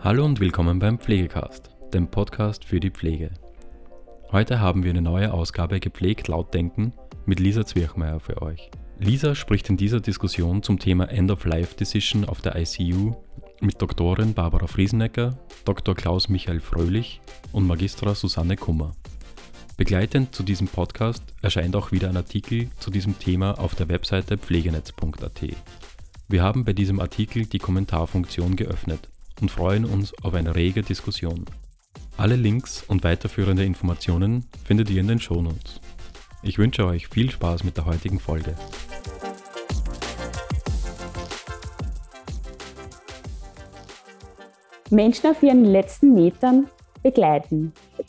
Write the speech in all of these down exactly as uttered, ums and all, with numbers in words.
Hallo und willkommen beim Pflegecast, dem Podcast für die Pflege. Heute haben wir eine neue Ausgabe Gepflegt laut denken mit Lisa Zwirchmeier für euch. Lisa spricht in dieser Diskussion zum Thema End-of-Life-Decision auf der I C U mit Doktorin Barbara Friesenecker, Doktor Klaus Michael Fröhlich und Magistra Susanne Kummer. Begleitend zu diesem Podcast erscheint auch wieder ein Artikel zu diesem Thema auf der Webseite pflegenetz punkt a t. Wir haben bei diesem Artikel die Kommentarfunktion geöffnet und freuen uns auf eine rege Diskussion. Alle Links und weiterführende Informationen findet ihr in den Shownotes. Ich wünsche euch viel Spaß mit der heutigen Folge. Menschen auf ihren letzten Metern begleiten.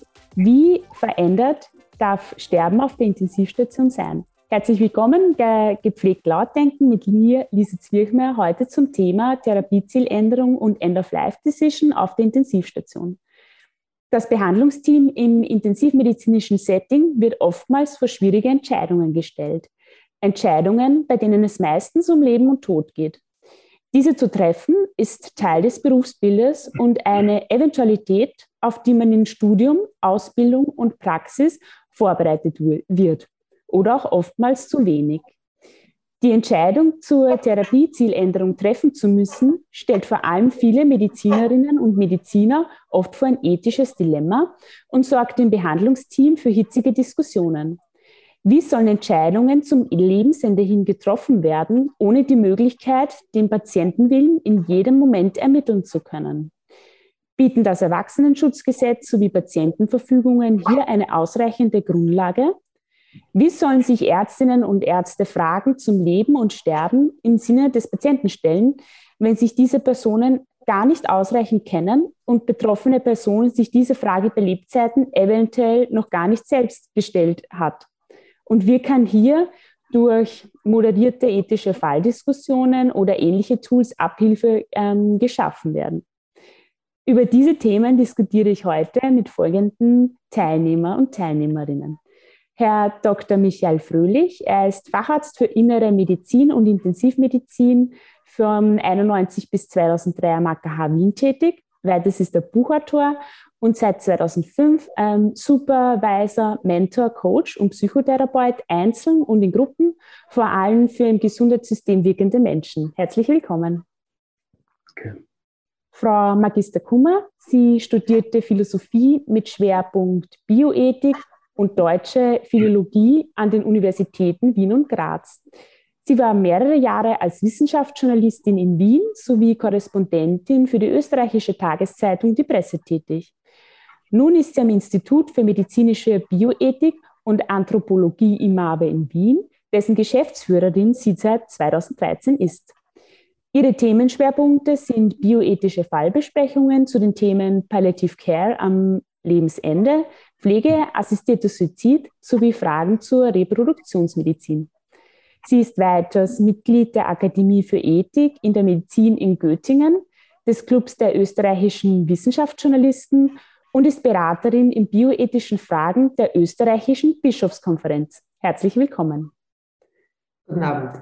Wie verändert darf Sterben auf der Intensivstation sein? Herzlich willkommen bei Gepflegt laut denken mit mir, Lisa Zwirchmeier, heute zum Thema Therapiezieländerung und End-of-Life-Decision auf der Intensivstation. Das Behandlungsteam im intensivmedizinischen Setting wird oftmals vor schwierige Entscheidungen gestellt. Entscheidungen, bei denen es meistens um Leben und Tod geht. Diese zu treffen, ist Teil des Berufsbildes und eine Eventualität, auf die man in Studium, Ausbildung und Praxis vorbereitet wird. Oder auch oftmals zu wenig. Die Entscheidung zur Therapiezieländerung treffen zu müssen, stellt vor allem viele Medizinerinnen und Mediziner oft vor ein ethisches Dilemma und sorgt im Behandlungsteam für hitzige Diskussionen. Wie sollen Entscheidungen zum Lebensende hin getroffen werden, ohne die Möglichkeit, den Patientenwillen in jedem Moment ermitteln zu können? Bieten das Erwachsenenschutzgesetz sowie Patientenverfügungen hier eine ausreichende Grundlage? Wie sollen sich Ärztinnen und Ärzte Fragen zum Leben und Sterben im Sinne des Patienten stellen, wenn sich diese Personen gar nicht ausreichend kennen und betroffene Personen sich diese Frage bei Lebzeiten eventuell noch gar nicht selbst gestellt hat? Und wie kann hier durch moderierte ethische Falldiskussionen oder ähnliche Tools Abhilfe ähm, geschaffen werden? Über diese Themen diskutiere ich heute mit folgenden Teilnehmer und Teilnehmerinnen. Herr Doktor Michael Fröhlich, er ist Facharzt für Innere Medizin und Intensivmedizin von einundneunzig bis zweitausenddrei am A K H Wien tätig. Weiters ist er Buchautor und seit zweitausendfünf ähm, Supervisor, Mentor, Coach und Psychotherapeut einzeln und in Gruppen, vor allem für im Gesundheitssystem wirkende Menschen. Herzlich willkommen. Okay. Frau Magister Kummer, sie studierte Philosophie mit Schwerpunkt Bioethik und Deutsche Philologie an den Universitäten Wien und Graz. Sie war mehrere Jahre als Wissenschaftsjournalistin in Wien sowie Korrespondentin für die österreichische Tageszeitung Die Presse tätig. Nun ist sie am Institut für medizinische Bioethik und Anthropologie I M A B E in Wien, dessen Geschäftsführerin sie seit zweitausenddreizehn ist. Ihre Themenschwerpunkte sind bioethische Fallbesprechungen zu den Themen Palliative Care am Lebensende, Pflege, assistierter Suizid sowie Fragen zur Reproduktionsmedizin. Sie ist weiters Mitglied der Akademie für Ethik in der Medizin in Göttingen, des Clubs der österreichischen Wissenschaftsjournalisten und ist Beraterin in bioethischen Fragen der österreichischen Bischofskonferenz. Herzlich willkommen. Guten Abend.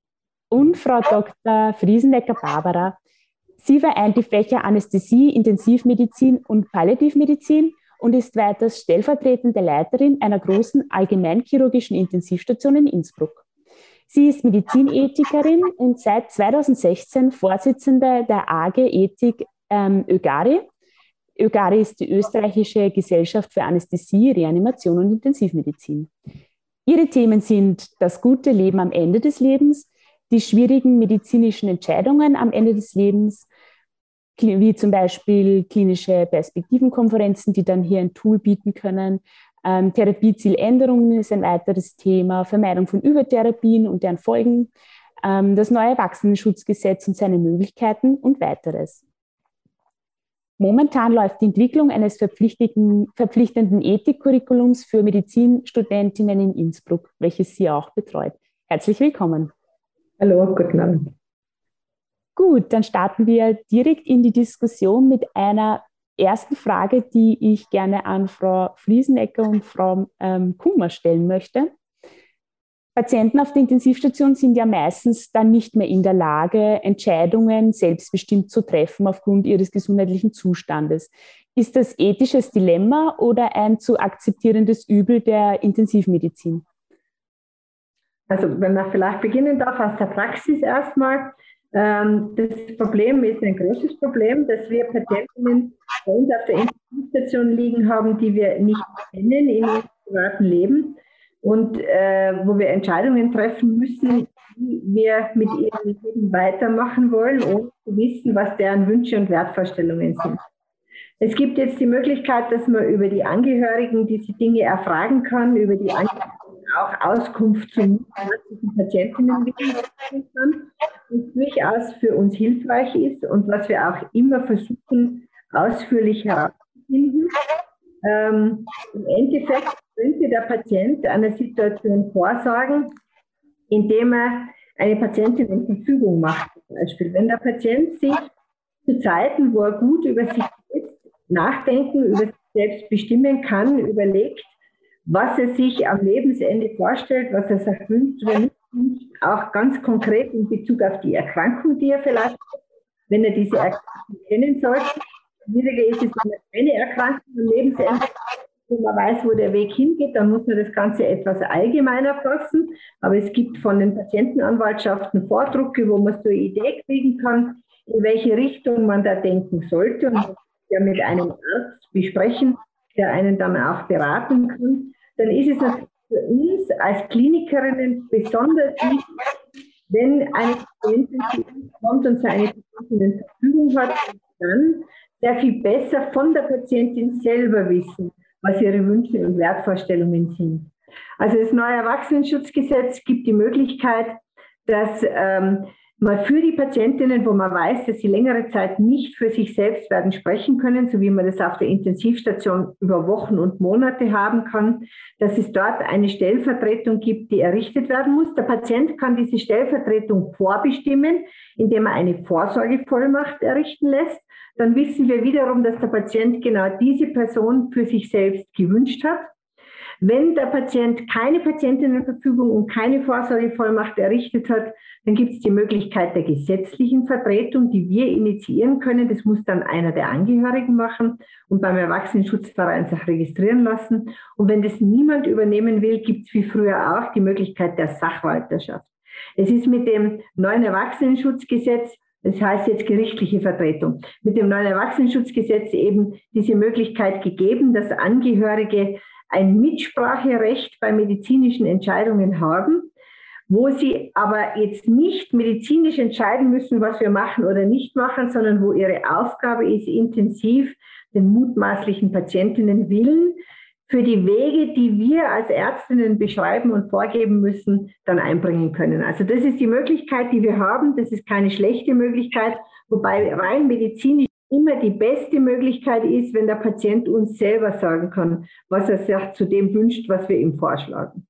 Und Frau Doktor Friesenecker Barbara, sie vereint die Fächer Anästhesie, Intensivmedizin und Palliativmedizin und ist weiters stellvertretende Leiterin einer großen allgemeinchirurgischen Intensivstation in Innsbruck. Sie ist Medizinethikerin und seit zweitausendsechzehn Vorsitzende der A G Ethik ähm, ÖGARI. ÖGARI ist die österreichische Gesellschaft für Anästhesie, Reanimation und Intensivmedizin. Ihre Themen sind das gute Leben am Ende des Lebens, die schwierigen medizinischen Entscheidungen am Ende des Lebens, wie zum Beispiel klinische Perspektivenkonferenzen, die dann hier ein Tool bieten können. Ähm, Therapiezieländerungen ist ein weiteres Thema, Vermeidung von Übertherapien und deren Folgen, ähm, das neue Erwachsenenschutzgesetz und seine Möglichkeiten und weiteres. Momentan läuft die Entwicklung eines verpflichtenden, verpflichtenden Ethikcurriculums für Medizinstudentinnen in Innsbruck, welches sie auch betreut. Herzlich willkommen. Hallo, guten Abend. Gut, dann starten wir direkt in die Diskussion mit einer ersten Frage, die ich gerne an Frau Friesenecker und Frau ähm, Kummer stellen möchte. Patienten auf der Intensivstation sind ja meistens dann nicht mehr in der Lage, Entscheidungen selbstbestimmt zu treffen aufgrund ihres gesundheitlichen Zustandes. Ist das ethisches Dilemma oder ein zu akzeptierendes Übel der Intensivmedizin? Also wenn man vielleicht beginnen darf aus der Praxis erstmal. Ähm, das Problem ist ein großes Problem, dass wir Patientinnen bei uns auf der Intensivstation liegen haben, die wir nicht kennen in ihrem privaten Leben und äh, wo wir Entscheidungen treffen müssen, wie wir mit ihrem Leben weitermachen wollen, ohne zu wissen, was deren Wünsche und Wertvorstellungen sind. Es gibt jetzt die Möglichkeit, dass man über die Angehörigen diese Dinge erfragen kann, über die Angehörigen auch Auskunft zu mutmaßlichen Patientinnen geben kann, was durchaus für uns hilfreich ist und was wir auch immer versuchen, ausführlich herauszufinden. Ähm, Im Endeffekt könnte der Patient einer Situation vorsorgen, indem er eine Patientin in Verfügung macht. Zum Beispiel, wenn der Patient sich zu Zeiten, wo er gut über sich selbst nachdenken, über sich selbst bestimmen kann, überlegt, was er sich am Lebensende vorstellt, was er sich wünscht oder nicht wünscht, auch ganz konkret in Bezug auf die Erkrankung, die er vielleicht hat, wenn er diese Erkrankung kennen sollte. Schwieriger ist es, wenn man keine Erkrankung am Lebensende hat, wo man weiß, wo der Weg hingeht, dann muss man das Ganze etwas allgemeiner fassen. Aber es gibt von den Patientenanwaltschaften Vordrucke, wo man so eine Idee kriegen kann, in welche Richtung man da denken sollte und ja mit einem Arzt besprechen, der einen dann auch beraten kann. Dann ist es natürlich für uns als Klinikerinnen besonders wichtig, wenn eine Patientin zu uns kommt und seine Patientin in Verfügung hat, dann sehr viel besser von der Patientin selber wissen, was ihre Wünsche und Wertvorstellungen sind. Also das neue Erwachsenenschutzgesetz gibt die Möglichkeit, dass ähm, man für die Patientinnen, wo man weiß, dass sie längere Zeit nicht für sich selbst werden sprechen können, so wie man das auf der Intensivstation über Wochen und Monate haben kann, dass es dort eine Stellvertretung gibt, die errichtet werden muss. Der Patient kann diese Stellvertretung vorbestimmen, indem er eine Vorsorgevollmacht errichten lässt. Dann wissen wir wiederum, dass der Patient genau diese Person für sich selbst gewünscht hat. Wenn der Patient keine Patientinnenverfügung und keine Vorsorgevollmacht errichtet hat, dann gibt es die Möglichkeit der gesetzlichen Vertretung, die wir initiieren können. Das muss dann einer der Angehörigen machen und beim Erwachsenenschutzverein sich registrieren lassen. Und wenn das niemand übernehmen will, gibt es wie früher auch die Möglichkeit der Sachwalterschaft. Es ist mit dem neuen Erwachsenenschutzgesetz, das heißt jetzt gerichtliche Vertretung, mit dem neuen Erwachsenenschutzgesetz eben diese Möglichkeit gegeben, dass Angehörige ein Mitspracherecht bei medizinischen Entscheidungen haben, wo sie aber jetzt nicht medizinisch entscheiden müssen, was wir machen oder nicht machen, sondern wo ihre Aufgabe ist, intensiv den mutmaßlichen Patientinnen Willen für die Wege, die wir als Ärztinnen beschreiben und vorgeben müssen, dann einbringen können. Also das ist die Möglichkeit, die wir haben. Das ist keine schlechte Möglichkeit, wobei rein medizinisch immer die beste Möglichkeit ist, wenn der Patient uns selber sagen kann, was er sich zu dem wünscht, was wir ihm vorschlagen.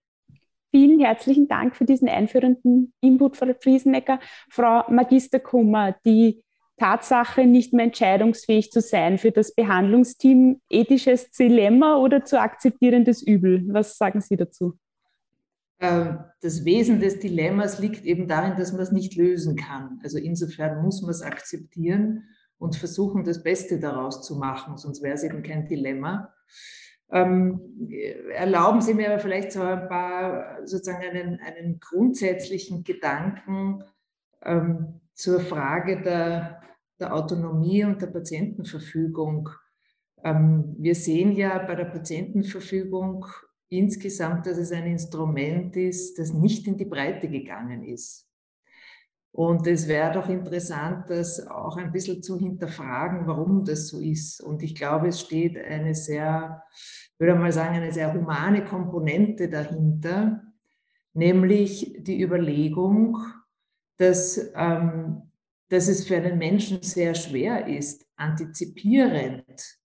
Vielen herzlichen Dank für diesen einführenden Input, Frau Friesenecker. Frau Magister Kummer, die Tatsache, nicht mehr entscheidungsfähig zu sein, für das Behandlungsteam ethisches Dilemma oder zu akzeptierendes Übel? Was sagen Sie dazu? Das Wesen des Dilemmas liegt eben darin, dass man es nicht lösen kann. Also insofern muss man es akzeptieren und versuchen, das Beste daraus zu machen, sonst wäre es eben kein Dilemma. Ähm, erlauben Sie mir aber vielleicht so ein paar, sozusagen einen, einen grundsätzlichen Gedanken ähm, zur Frage der, der Autonomie und der Patientenverfügung. Ähm, wir sehen ja bei der Patientenverfügung insgesamt, dass es ein Instrument ist, das nicht in die Breite gegangen ist. Und es wäre doch interessant, das auch ein bisschen zu hinterfragen, warum das so ist. Und ich glaube, es steht eine sehr, ich würde mal sagen, eine sehr humane Komponente dahinter, nämlich die Überlegung, dass, ähm, dass es für einen Menschen sehr schwer ist, antizipierend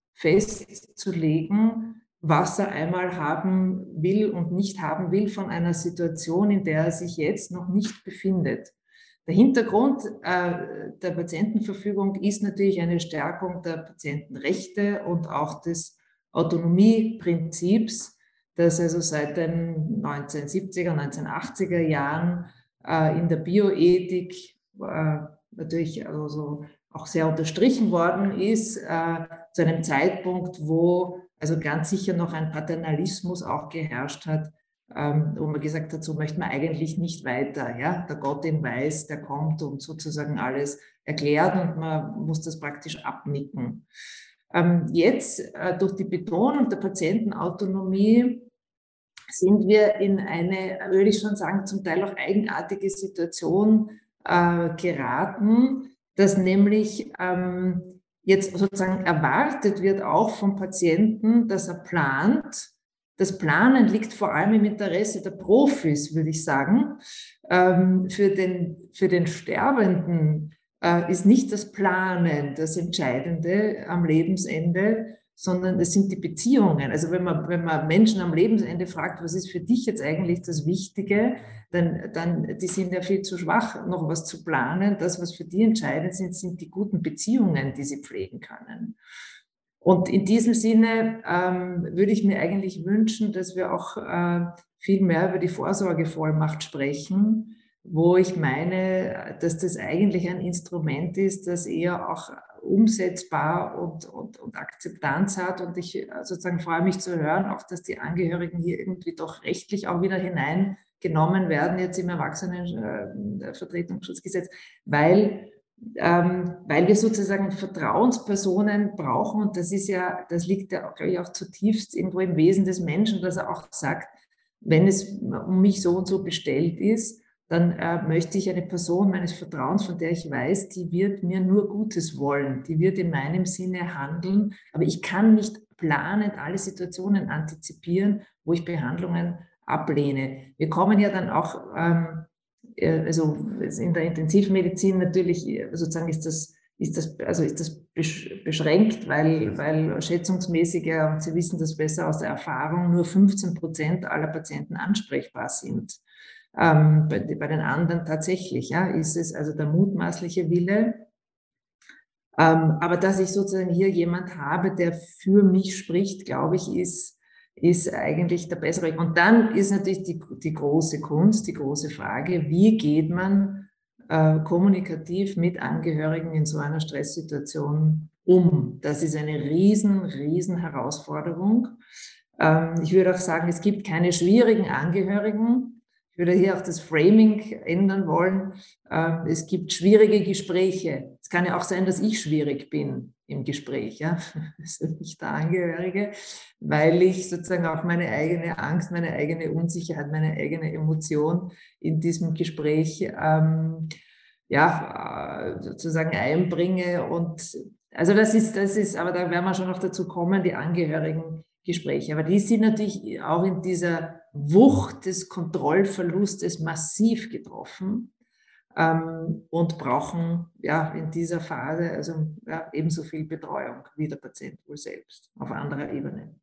festzulegen, was er einmal haben will und nicht haben will von einer Situation, in der er sich jetzt noch nicht befindet. Der Hintergrund äh, der Patientenverfügung ist natürlich eine Stärkung der Patientenrechte und auch des Autonomieprinzips, dass also seit den neunzehnhundertsiebziger, neunzehnhundertachtziger Jahren äh, in der Bioethik äh, natürlich also so auch sehr unterstrichen worden ist, äh, zu einem Zeitpunkt, wo also ganz sicher noch ein Paternalismus auch geherrscht hat, ähm, wo man gesagt hat, so möchte man eigentlich nicht weiter. Ja? Der Gott in Weiß, der kommt und sozusagen alles erklärt und man muss das praktisch abnicken. Ähm, jetzt, äh, durch die Betonung der Patientenautonomie, sind wir in eine, würde ich schon sagen, zum Teil auch eigenartige Situation äh, geraten, dass nämlich ähm, jetzt sozusagen erwartet wird auch vom Patienten, dass er plant. Das Planen liegt vor allem im Interesse der Profis, würde ich sagen. Ähm, für den, für den Sterbenden äh, ist nicht das Planen das Entscheidende am Lebensende, sondern es sind die Beziehungen. Also wenn man, wenn man Menschen am Lebensende fragt, was ist für dich jetzt eigentlich das Wichtige, dann, dann die sind ja viel zu schwach, noch was zu planen. Das, was für die entscheidend sind, sind die guten Beziehungen, die sie pflegen können. Und in diesem Sinne ähm, würde ich mir eigentlich wünschen, dass wir auch äh, viel mehr über die Vorsorgevollmacht sprechen, wo ich meine, dass das eigentlich ein Instrument ist, das eher auch umsetzbar und, und, und Akzeptanz hat. Und ich sozusagen freue mich zu hören, auch dass die Angehörigen hier irgendwie doch rechtlich auch wieder hineingenommen werden, jetzt im Erwachsenenvertretungsschutzgesetz, weil, ähm, weil wir sozusagen Vertrauenspersonen brauchen. Und das ist ja, das liegt ja, glaube ich, auch zutiefst irgendwo im Wesen des Menschen, dass er auch sagt, wenn es um mich so und so bestellt ist, dann äh, möchte ich eine Person meines Vertrauens, von der ich weiß, die wird mir nur Gutes wollen, die wird in meinem Sinne handeln, aber ich kann nicht planend alle Situationen antizipieren, wo ich Behandlungen ablehne. Wir kommen ja dann auch, ähm, also in der Intensivmedizin natürlich, sozusagen ist das, ist das, also ist das beschränkt, weil, weil schätzungsmäßig, ja, und Sie wissen das besser aus der Erfahrung, nur fünfzehn Prozent aller Patienten ansprechbar sind. Ähm, bei, bei den anderen tatsächlich, ja, ist es also der mutmaßliche Wille. Ähm, aber dass ich sozusagen hier jemand habe, der für mich spricht, glaube ich, ist, ist eigentlich der bessere. Und dann ist natürlich die, die große Kunst, die große Frage, wie geht man äh, kommunikativ mit Angehörigen in so einer Stresssituation um? Das ist eine riesen, riesen Herausforderung. Ähm, ich würde auch sagen, es gibt keine schwierigen Angehörigen. Ich würde hier auch das Framing ändern wollen. Es gibt schwierige Gespräche. Es kann ja auch sein, dass ich schwierig bin im Gespräch, ja, also nicht der Angehörige, weil ich sozusagen auch meine eigene Angst, meine eigene Unsicherheit, meine eigene Emotion in diesem Gespräch ähm, ja, sozusagen einbringe. Und also das ist, das ist, aber da werden wir schon noch dazu kommen, die Angehörigengespräche. Aber die sind natürlich auch in dieser Wucht des Kontrollverlustes massiv getroffen ähm, und brauchen ja in dieser Phase also ja, ebenso viel Betreuung wie der Patient wohl selbst auf anderer Ebene.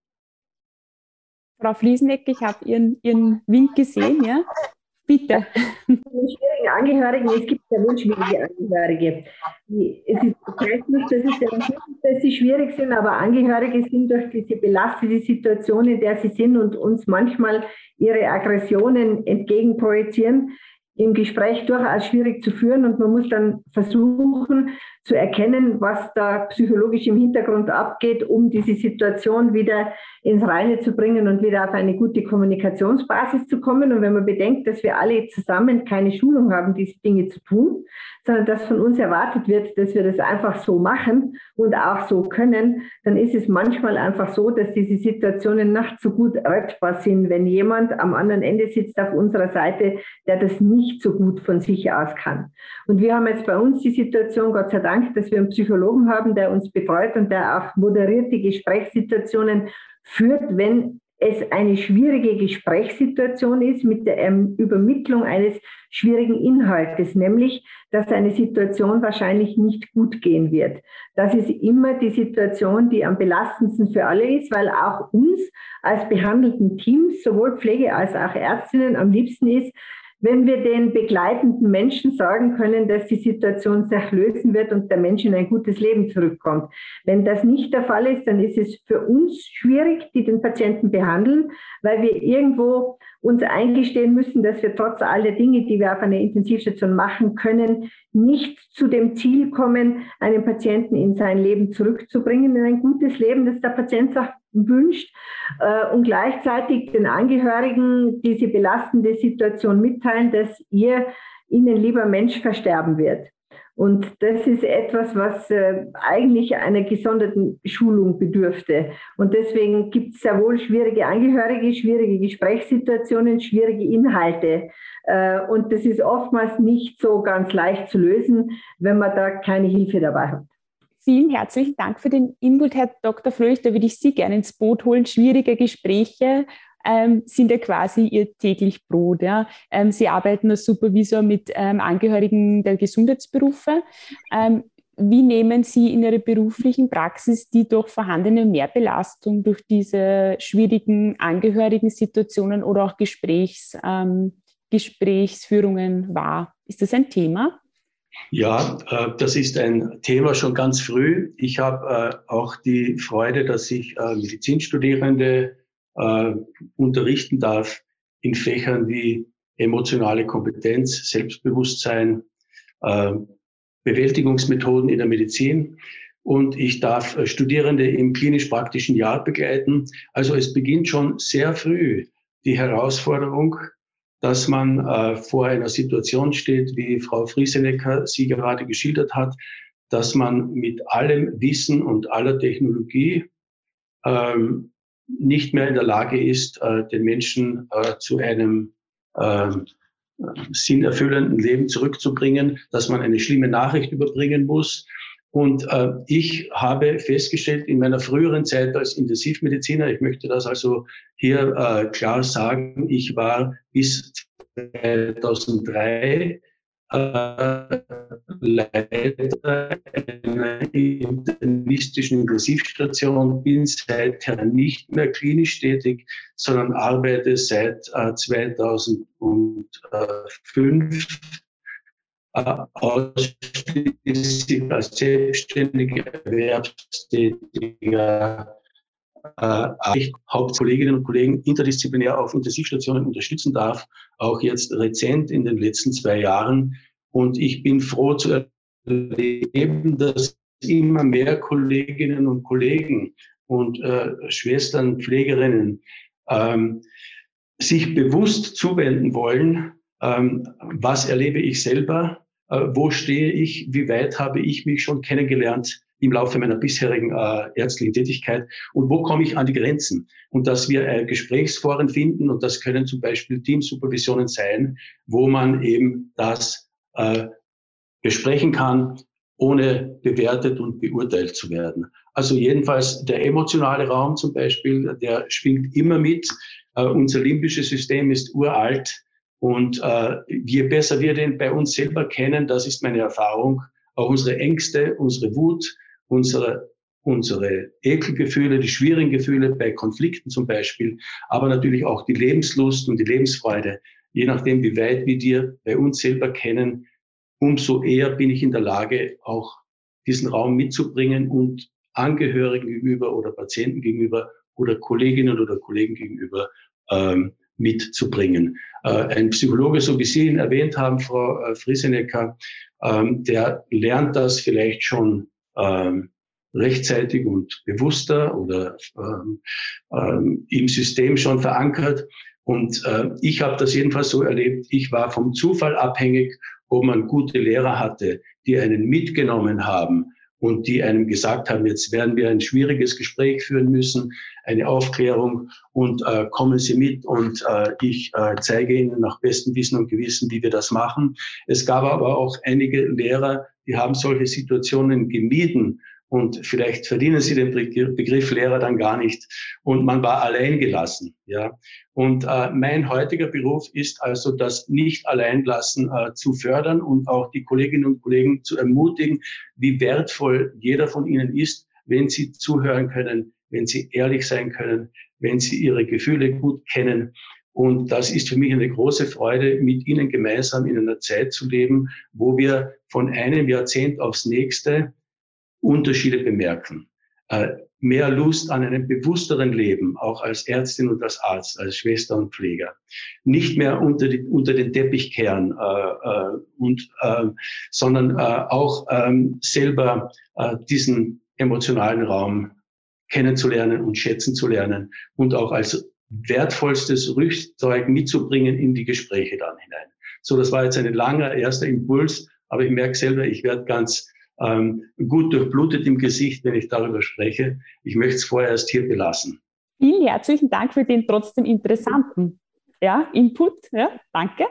Frau Fliesenegger, ich habe Ihren, Ihren Wink gesehen, ja? Bitte. Die schwierigen Angehörigen, es gibt sehr wohl schwierige Angehörige. Es ist, das heißt nicht, dass, es ja nicht, dass sie schwierig sind, aber Angehörige sind durch diese belastete Situation, in der sie sind und uns manchmal ihre Aggressionen entgegenprojizieren, im Gespräch durchaus schwierig zu führen und man muss dann versuchen zu erkennen, was da psychologisch im Hintergrund abgeht, um diese Situation wieder ins Reine zu bringen und wieder auf eine gute Kommunikationsbasis zu kommen. Und wenn man bedenkt, dass wir alle zusammen keine Schulung haben, diese Dinge zu tun, sondern dass von uns erwartet wird, dass wir das einfach so machen und auch so können, dann ist es manchmal einfach so, dass diese Situationen nicht so gut rettbar sind, wenn jemand am anderen Ende sitzt auf unserer Seite, der das nicht so gut von sich aus kann. Und wir haben jetzt bei uns die Situation, Gott sei Dank, dass wir einen Psychologen haben, der uns betreut und der auch moderierte Gesprächssituationen führt, wenn es eine schwierige Gesprächssituation ist mit der ähm, Übermittlung eines schwierigen Inhaltes, nämlich, dass eine Situation wahrscheinlich nicht gut gehen wird. Das ist immer die Situation, die am belastendsten für alle ist, weil auch uns als behandelten Teams, sowohl Pflege als auch Ärztinnen, am liebsten ist, wenn wir den begleitenden Menschen sagen können, dass die Situation sich lösen wird und der Mensch in ein gutes Leben zurückkommt. Wenn das nicht der Fall ist, dann ist es für uns schwierig, die den Patienten behandeln, weil wir irgendwo uns eingestehen müssen, dass wir trotz all der Dinge, die wir auf einer Intensivstation machen können, nicht zu dem Ziel kommen, einen Patienten in sein Leben zurückzubringen, in ein gutes Leben, das der Patient sich wünscht, äh, und gleichzeitig den Angehörigen diese belastende Situation mitteilen, dass ihr ihnen lieber Mensch versterben wird. Und das ist etwas, was äh, eigentlich einer gesonderten Schulung bedürfte. Und deswegen gibt es sehr wohl schwierige Angehörige, schwierige Gesprächssituationen, schwierige Inhalte. Äh, und das ist oftmals nicht so ganz leicht zu lösen, wenn man da keine Hilfe dabei hat. Vielen herzlichen Dank für den Input, Herr Doktor Fröhlich. Da würde ich Sie gerne ins Boot holen. Schwierige Gespräche ähm, sind ja quasi Ihr täglich Brot. Ja? Ähm, Sie arbeiten als Supervisor mit ähm, Angehörigen der Gesundheitsberufe. Ähm, wie nehmen Sie in Ihrer beruflichen Praxis die durch vorhandene Mehrbelastung, durch diese schwierigen Angehörigen-Situationen oder auch Gesprächs, ähm, Gesprächsführungen wahr? Ist das ein Thema? Ja, äh, das ist ein Thema schon ganz früh. Ich habe äh, auch die Freude, dass ich äh, Medizinstudierende äh, unterrichten darf in Fächern wie emotionale Kompetenz, Selbstbewusstsein, äh, Bewältigungsmethoden in der Medizin. Und ich darf äh, Studierende im klinisch-praktischen Jahr begleiten. Also es beginnt schon sehr früh die Herausforderung, dass man äh, vor einer Situation steht, wie Frau Friesenecker sie gerade geschildert hat, dass man mit allem Wissen und aller Technologie ähm, nicht mehr in der Lage ist, äh, den Menschen äh, zu einem äh, sinnerfüllenden Leben zurückzubringen, dass man eine schlimme Nachricht überbringen muss. Und äh, ich habe festgestellt in meiner früheren Zeit als Intensivmediziner, ich möchte das also hier äh, klar sagen, ich war bis zweitausenddrei äh, Leiter einer internistischen Intensivstation, bin seither nicht mehr klinisch tätig, sondern arbeite seit äh, zweitausendfünf äh, ausschließlich als selbstständiger Erwerbstätiger äh, ich Hauptkolleginnen und Kollegen interdisziplinär auf Intensivstationen unterstützen darf, auch jetzt rezent in den letzten zwei Jahren. Und ich bin froh zu erleben, dass immer mehr Kolleginnen und Kollegen und äh, Schwestern, Pflegerinnen ähm, sich bewusst zuwenden wollen, ähm, was erlebe ich selber, äh, wo stehe ich, wie weit habe ich mich schon kennengelernt im Laufe meiner bisherigen äh, ärztlichen Tätigkeit und wo komme ich an die Grenzen? Und dass wir äh, Gesprächsforen finden, und das können zum Beispiel Teamsupervisionen sein, wo man eben das äh, besprechen kann, ohne bewertet und beurteilt zu werden. Also jedenfalls der emotionale Raum zum Beispiel, der schwingt immer mit. Äh, unser limbisches System ist uralt und äh, je besser wir den bei uns selber kennen, das ist meine Erfahrung, auch unsere Ängste, unsere Wut, unsere, unsere Ekelgefühle, die schwierigen Gefühle bei Konflikten zum Beispiel, aber natürlich auch die Lebenslust und die Lebensfreude, je nachdem, wie weit wir die bei uns selber kennen, umso eher bin ich in der Lage, auch diesen Raum mitzubringen und Angehörigen gegenüber oder Patienten gegenüber oder Kolleginnen oder Kollegen gegenüber ähm, mitzubringen. Äh, ein Psychologe, so wie Sie ihn erwähnt haben, Frau äh, Friesenecker, ähm, der lernt das vielleicht schon ähm, rechtzeitig und bewusster oder ähm, ähm, im System schon verankert. Und äh, ich habe das jedenfalls so erlebt, ich war vom Zufall abhängig, ob man gute Lehrer hatte, die einen mitgenommen haben und die einem gesagt haben, jetzt werden wir ein schwieriges Gespräch führen müssen, eine Aufklärung und äh, kommen Sie mit und äh, ich äh, zeige Ihnen nach bestem Wissen und Gewissen, wie wir das machen. Es gab aber auch einige Lehrer, die haben solche Situationen gemieden und vielleicht verdienen sie den Begriff Lehrer dann gar nicht und man war allein gelassen. Ja. Und äh, mein heutiger Beruf ist also das Nicht-Alleinlassen äh, zu fördern und auch die Kolleginnen und Kollegen zu ermutigen, wie wertvoll jeder von ihnen ist, wenn sie zuhören können, wenn sie ehrlich sein können, wenn sie ihre Gefühle gut kennen Und das ist für mich eine große Freude, mit Ihnen gemeinsam in einer Zeit zu leben, wo wir von einem Jahrzehnt aufs nächste Unterschiede bemerken. Äh, mehr Lust an einem bewussteren Leben, auch als Ärztin und als Arzt, als Schwester und Pfleger. Nicht mehr unter, die, unter den Teppich kehren, äh, äh, und, äh, sondern äh, auch ähm, selber äh, diesen emotionalen Raum kennenzulernen und schätzen zu lernen und auch als wertvollstes Rüstzeug mitzubringen in die Gespräche dann hinein. So, das war jetzt ein langer erster Impuls, aber ich merke selber, ich werde ganz ähm, gut durchblutet im Gesicht, wenn ich darüber spreche. Ich möchte es vorerst hier belassen. Vielen herzlichen Dank für den trotzdem interessanten ja, Input. Ja, danke.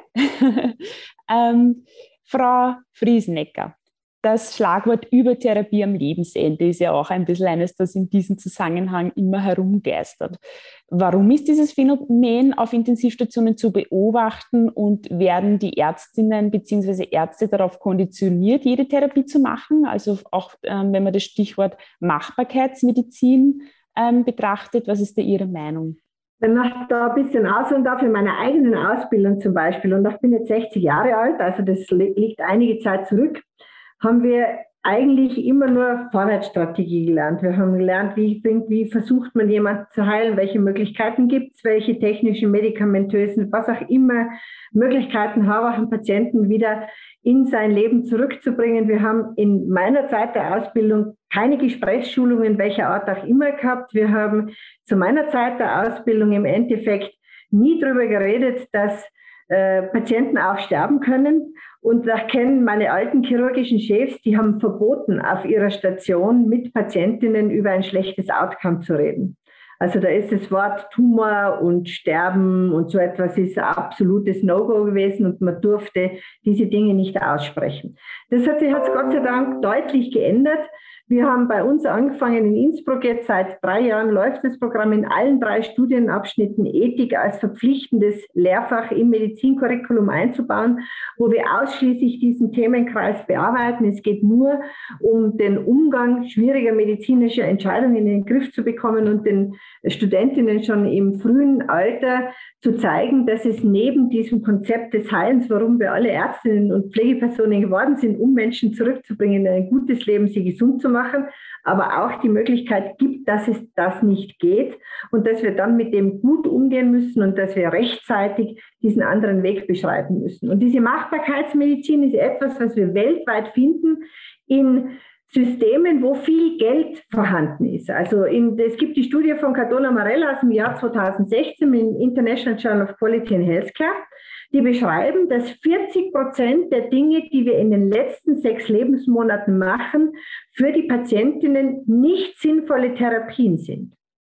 ähm, Frau Friesenecker, das Schlagwort Übertherapie am Lebensende ist ja auch ein bisschen eines, das in diesem Zusammenhang immer herumgeistert. Warum ist dieses Phänomen auf Intensivstationen zu beobachten und werden die Ärztinnen bzw. Ärzte darauf konditioniert, jede Therapie zu machen? Also auch ähm, wenn man das Stichwort Machbarkeitsmedizin ähm, betrachtet, was ist da Ihre Meinung? Wenn ich da ein bisschen ausholen darf, in meiner eigenen Ausbildung zum Beispiel, und ich bin jetzt sechzig Jahre alt, also das liegt einige Zeit zurück, haben wir eigentlich immer nur Vorwärtsstrategie gelernt. Wir haben gelernt, wie, wie versucht man jemanden zu heilen, welche Möglichkeiten gibt es, welche technischen, medikamentösen, was auch immer Möglichkeiten haben, auch einen Patienten wieder in sein Leben zurückzubringen. Wir haben in meiner Zeit der Ausbildung keine Gesprächsschulungen welcher Art auch immer gehabt. Wir haben zu meiner Zeit der Ausbildung im Endeffekt nie darüber geredet, dass äh, Patienten auch sterben können. Und da kennen meine alten chirurgischen Chefs, die haben verboten, auf ihrer Station mit Patientinnen über ein schlechtes Outcome zu reden. Also da ist das Wort Tumor und Sterben und so etwas ist ein absolutes No-Go gewesen und man durfte diese Dinge nicht aussprechen. Das hat sich jetzt Gott sei Dank deutlich geändert. Wir haben bei uns angefangen in Innsbruck, jetzt seit drei Jahren läuft das Programm in allen drei Studienabschnitten Ethik als verpflichtendes Lehrfach im Medizincurriculum einzubauen, wo wir ausschließlich diesen Themenkreis bearbeiten. Es geht nur um den Umgang schwieriger medizinischer Entscheidungen in den Griff zu bekommen und den Studentinnen schon im frühen Alter zu zeigen, dass es neben diesem Konzept des Heilens, warum wir alle Ärztinnen und Pflegepersonen geworden sind, um Menschen zurückzubringen, in ein gutes Leben, sie gesund zu machen, aber auch die Möglichkeit gibt, dass es das nicht geht und dass wir dann mit dem gut umgehen müssen und dass wir rechtzeitig diesen anderen Weg beschreiten müssen. Und diese Machbarkeitsmedizin ist etwas, was wir weltweit finden in Systemen, wo viel Geld vorhanden ist. Also in, es gibt die Studie von Cardona Marella aus dem Jahr zweitausendsechzehn im International Journal of Quality in Healthcare, die beschreiben, dass vierzig Prozent der Dinge, die wir in den letzten sechs Lebensmonaten machen, für die Patientinnen nicht sinnvolle Therapien sind.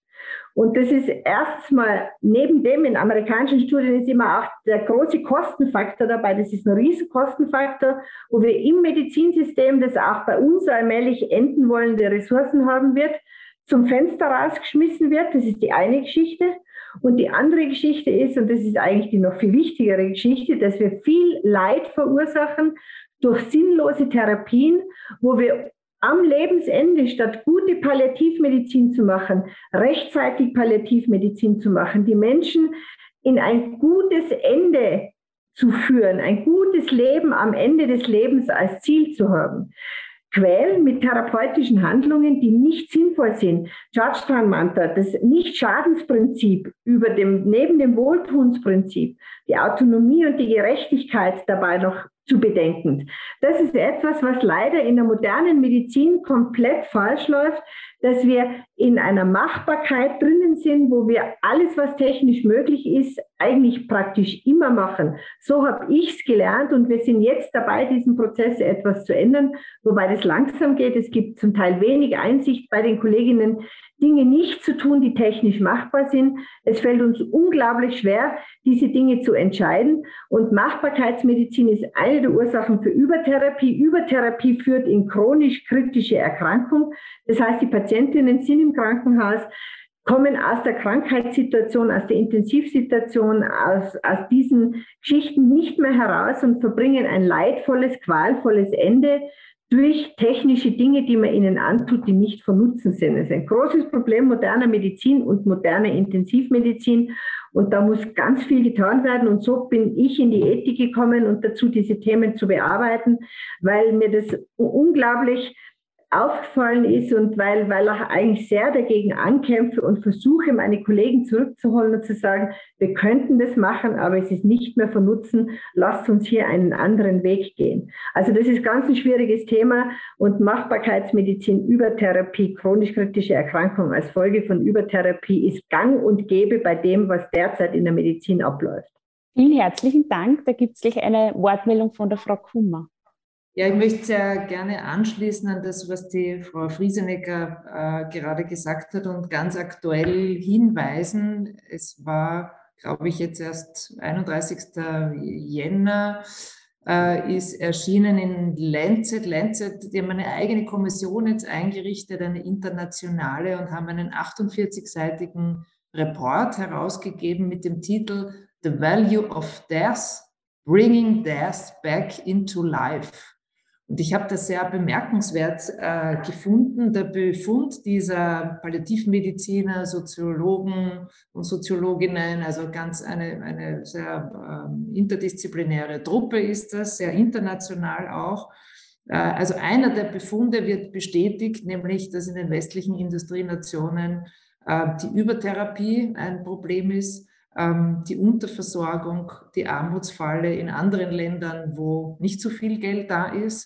Und das ist erstmal, neben dem in amerikanischen Studien ist immer auch der große Kostenfaktor dabei. Das ist ein Riesenkostenfaktor, wo wir im Medizinsystem, das auch bei uns allmählich enden wollende Ressourcen haben wird, zum Fenster rausgeschmissen wird. Das ist die eine Geschichte. Und die andere Geschichte ist, und das ist eigentlich die noch viel wichtigere Geschichte, dass wir viel Leid verursachen durch sinnlose Therapien, wo wir am Lebensende, statt gute Palliativmedizin zu machen, rechtzeitig Palliativmedizin zu machen, die Menschen in ein gutes Ende zu führen, ein gutes Leben am Ende des Lebens als Ziel zu haben. Quälen mit therapeutischen Handlungen, die nicht sinnvoll sind. Georgetown Mantra, das Nicht-Schadensprinzip über dem, neben dem Wohltunsprinzip, die Autonomie und die Gerechtigkeit dabei noch zu bedenken. Das ist etwas, was leider in der modernen Medizin komplett falsch läuft, dass wir in einer Machbarkeit drinnen sind, wo wir alles, was technisch möglich ist, eigentlich praktisch immer machen. So habe ich es gelernt und wir sind jetzt dabei, diesen Prozess etwas zu ändern, wobei das langsam geht. Es gibt zum Teil wenig Einsicht bei den Kolleginnen, Dinge nicht zu tun, die technisch machbar sind. Es fällt uns unglaublich schwer, diese Dinge zu entscheiden. Und Machbarkeitsmedizin ist eine der Ursachen für Übertherapie. Übertherapie führt in chronisch kritische Erkrankung. Das heißt, die Patientinnen sind im Krankenhaus, kommen aus der Krankheitssituation, aus der Intensivsituation, aus, aus diesen Geschichten nicht mehr heraus und verbringen ein leidvolles, qualvolles Ende durch technische Dinge, die man ihnen antut, die nicht von Nutzen sind. Das ist ein großes Problem moderner Medizin und moderner Intensivmedizin. Und da muss ganz viel getan werden. Und so bin ich in die Ethik gekommen und dazu, diese Themen zu bearbeiten, weil mir das unglaublich aufgefallen ist und weil, weil ich eigentlich sehr dagegen ankämpfe und versuche, meine Kollegen zurückzuholen und zu sagen, wir könnten das machen, aber es ist nicht mehr von Nutzen, lasst uns hier einen anderen Weg gehen. Also das ist ganz ein schwieriges Thema und Machbarkeitsmedizin, Übertherapie, chronisch kritische Erkrankungen als Folge von Übertherapie ist gang und gäbe bei dem, was derzeit in der Medizin abläuft. Vielen herzlichen Dank. Da gibt es gleich eine Wortmeldung von der Frau Kummer. Ja, ich möchte sehr gerne anschließen an das, was die Frau Friesenecker äh, gerade gesagt hat und ganz aktuell hinweisen. Es war, glaube ich, jetzt erst einunddreißigster Jänner äh, ist erschienen in Lancet. Lancet, die haben eine eigene Kommission jetzt eingerichtet, eine internationale, und haben einen achtundvierzigseitigen Report herausgegeben mit dem Titel The Value of Death, Bringing Death Back into Life. Und ich habe das sehr bemerkenswert äh, gefunden. Der Befund dieser Palliativmediziner, Soziologen und Soziologinnen, also ganz eine, eine sehr ähm, interdisziplinäre Truppe ist das, sehr international auch. Äh, also einer der Befunde wird bestätigt, nämlich, dass in den westlichen Industrienationen äh, die Übertherapie ein Problem ist, die Unterversorgung, die Armutsfalle in anderen Ländern, wo nicht so viel Geld da ist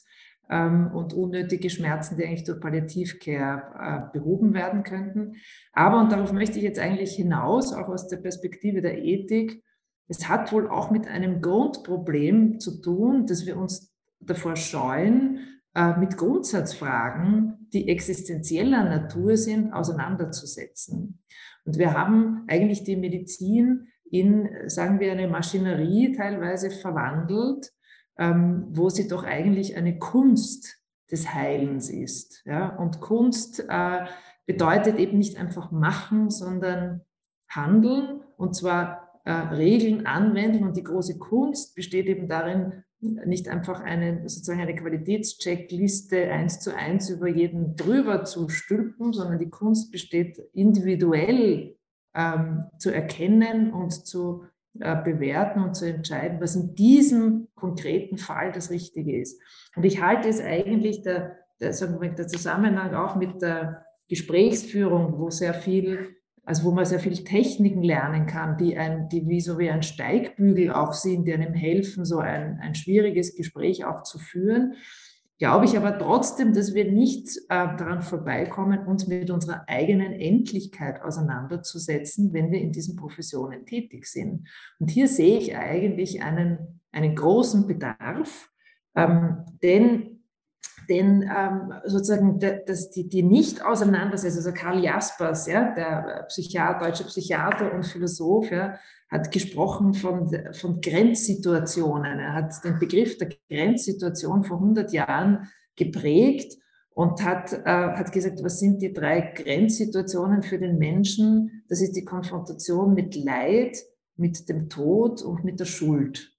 und unnötige Schmerzen, die eigentlich durch Palliativcare behoben werden könnten. Aber, und darauf möchte ich jetzt eigentlich hinaus, auch aus der Perspektive der Ethik, es hat wohl auch mit einem Grundproblem zu tun, dass wir uns davor scheuen, mit Grundsatzfragen, die existenzieller Natur sind, auseinanderzusetzen. Und wir haben eigentlich die Medizin in, sagen wir, eine Maschinerie teilweise verwandelt, ähm, wo sie doch eigentlich eine Kunst des Heilens ist. Ja? Und Kunst äh, bedeutet eben nicht einfach machen, sondern handeln, und zwar äh, Regeln anwenden. Und die große Kunst besteht eben darin, nicht einfach eine, sozusagen eine Qualitätscheckliste eins zu eins über jeden drüber zu stülpen, sondern die Kunst besteht individuell ähm, zu erkennen und zu äh, bewerten und zu entscheiden, was in diesem konkreten Fall das Richtige ist. Und ich halte es eigentlich, der, der, sagen wir, der Zusammenhang auch mit der Gesprächsführung, wo sehr viel Also wo man sehr viel Techniken lernen kann, die, ein, die wie so wie ein Steigbügel auch sind, die einem helfen, so ein, ein schwieriges Gespräch auch zu führen. Glaube ich aber trotzdem, dass wir nicht äh, daran vorbeikommen, uns mit unserer eigenen Endlichkeit auseinanderzusetzen, wenn wir in diesen Professionen tätig sind. Und hier sehe ich eigentlich einen, einen großen Bedarf, ähm, denn Denn ähm, sozusagen das, die, die Nicht-Auseinandersetzung, also Karl Jaspers, ja, der Psychiater, deutsche Psychiater und Philosoph, ja, hat gesprochen von, von Grenzsituationen. Er hat den Begriff der Grenzsituation vor hundert Jahren geprägt und hat, äh, hat gesagt, was sind die drei Grenzsituationen für den Menschen? Das ist die Konfrontation mit Leid, mit dem Tod und mit der Schuld.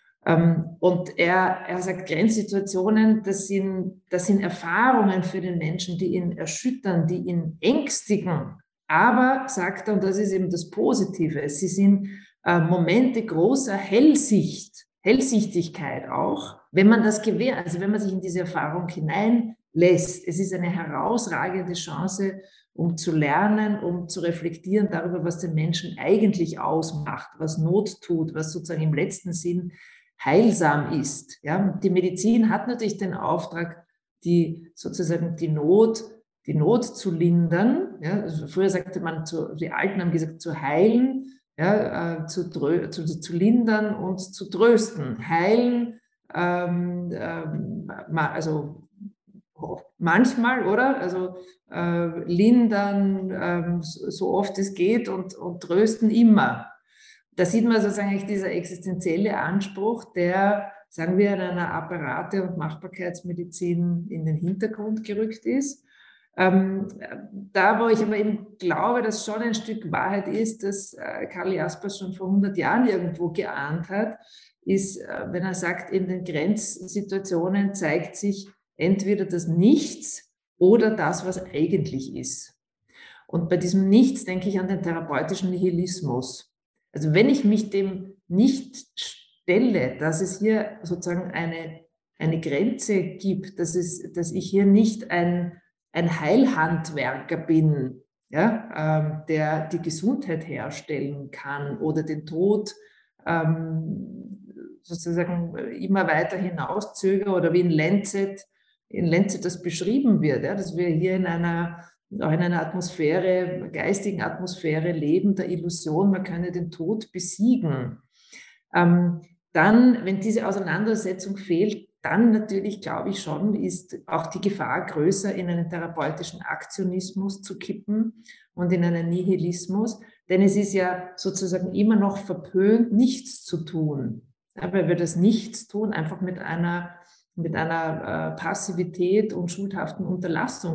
Und er, er sagt, Grenzsituationen, das sind, das sind Erfahrungen für den Menschen, die ihn erschüttern, die ihn ängstigen. Aber, sagt er, und das ist eben das Positive, sie sind äh, Momente großer Hellsicht, Hellsichtigkeit auch, wenn man das gewährt, also wenn man sich in diese Erfahrung hineinlässt. Es ist eine herausragende Chance, um zu lernen, um zu reflektieren darüber, was den Menschen eigentlich ausmacht, was Not tut, was sozusagen im letzten Sinn heilsam ist. Ja, die Medizin hat natürlich den Auftrag, die sozusagen die Not, die Not zu lindern. Ja, also früher sagte man, zu, die Alten haben gesagt, zu heilen, ja, äh, zu, zu, zu lindern und zu trösten. Heilen, ähm, ähm, also manchmal, oder? Also äh, lindern, ähm, so, so oft es geht, und, und trösten immer. Da sieht man sozusagen eigentlich dieser existenzielle Anspruch, der, sagen wir, in einer Apparate- und Machbarkeitsmedizin in den Hintergrund gerückt ist. Ähm, da, wo ich aber eben glaube, dass schon ein Stück Wahrheit ist, dass äh, Karl Jaspers schon vor hundert Jahren irgendwo geahnt hat, ist, äh, wenn er sagt, in den Grenzsituationen zeigt sich entweder das Nichts oder das, was eigentlich ist. Und bei diesem Nichts denke ich an den therapeutischen Nihilismus. Also wenn ich mich dem nicht stelle, dass es hier sozusagen eine, eine Grenze gibt, dass, es, dass ich hier nicht ein, ein Heilhandwerker bin, ja, ähm, der die Gesundheit herstellen kann oder den Tod ähm, sozusagen immer weiter hinauszögere oder wie in Lancet, in Lancet das beschrieben wird, ja, dass wir hier in einer, auch in einer Atmosphäre, geistigen Atmosphäre leben, der Illusion, man könne den Tod besiegen. Ähm, dann, wenn diese Auseinandersetzung fehlt, dann natürlich, glaube ich schon, ist auch die Gefahr größer, in einen therapeutischen Aktionismus zu kippen und in einen Nihilismus. Denn es ist ja sozusagen immer noch verpönt, nichts zu tun. Ja, weil wir das Nichtstun einfach mit einer, mit einer äh, Passivität und schuldhaften Unterlassung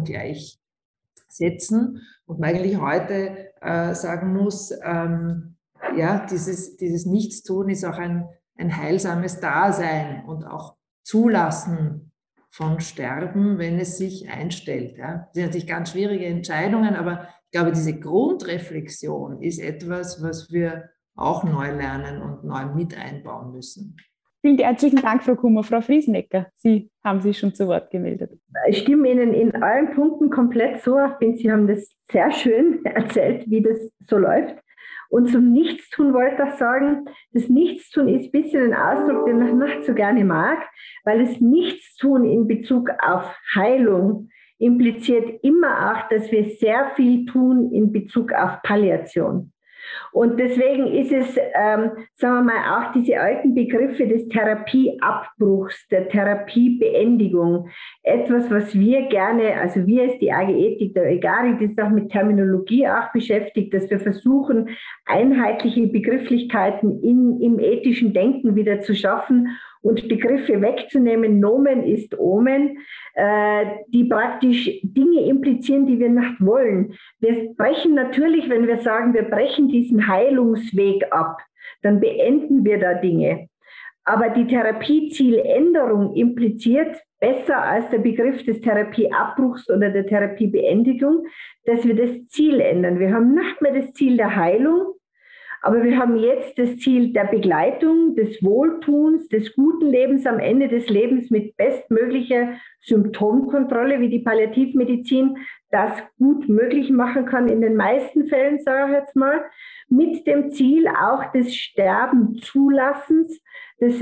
gleichsetzen. Und man eigentlich heute äh, sagen muss, ähm, ja, dieses, dieses Nichtstun ist auch ein, ein heilsames Dasein und auch Zulassen von Sterben, wenn es sich einstellt. Ja. Das sind natürlich ganz schwierige Entscheidungen, aber ich glaube, diese Grundreflexion ist etwas, was wir auch neu lernen und neu mit einbauen müssen. Vielen herzlichen Dank, Frau Kummer. Frau Friesenecker, Sie haben sich schon zu Wort gemeldet. Ich stimme Ihnen in allen Punkten komplett zu. Ich finde, Sie haben das sehr schön erzählt, wie das so läuft. Und zum Nichtstun wollte ich sagen, das Nichtstun ist ein bisschen ein Ausdruck, den ich nicht so gerne mag, weil das Nichtstun in Bezug auf Heilung impliziert immer auch, dass wir sehr viel tun in Bezug auf Palliation. Und deswegen ist es, ähm, sagen wir mal, auch diese alten Begriffe des Therapieabbruchs, der Therapiebeendigung, etwas, was wir gerne, also wir ist die A G Ethik, der EGARI, das ist auch mit Terminologie auch beschäftigt, dass wir versuchen, einheitliche Begrifflichkeiten in, im ethischen Denken wieder zu schaffen und Begriffe wegzunehmen. Nomen ist Omen, äh, die praktisch Dinge implizieren, die wir nicht wollen. Wir brechen natürlich, wenn wir sagen, wir brechen diesen Heilungsweg ab, dann beenden wir da Dinge. Aber die Therapiezieländerung impliziert besser als der Begriff des Therapieabbruchs oder der Therapiebeendigung, dass wir das Ziel ändern. Wir haben nicht mehr das Ziel der Heilung, aber wir haben jetzt das Ziel der Begleitung, des Wohltuns, des guten Lebens am Ende des Lebens mit bestmöglicher Symptomkontrolle, wie die Palliativmedizin das gut möglich machen kann, in den meisten Fällen, sage ich jetzt mal, mit dem Ziel auch des Sterbenzulassens, des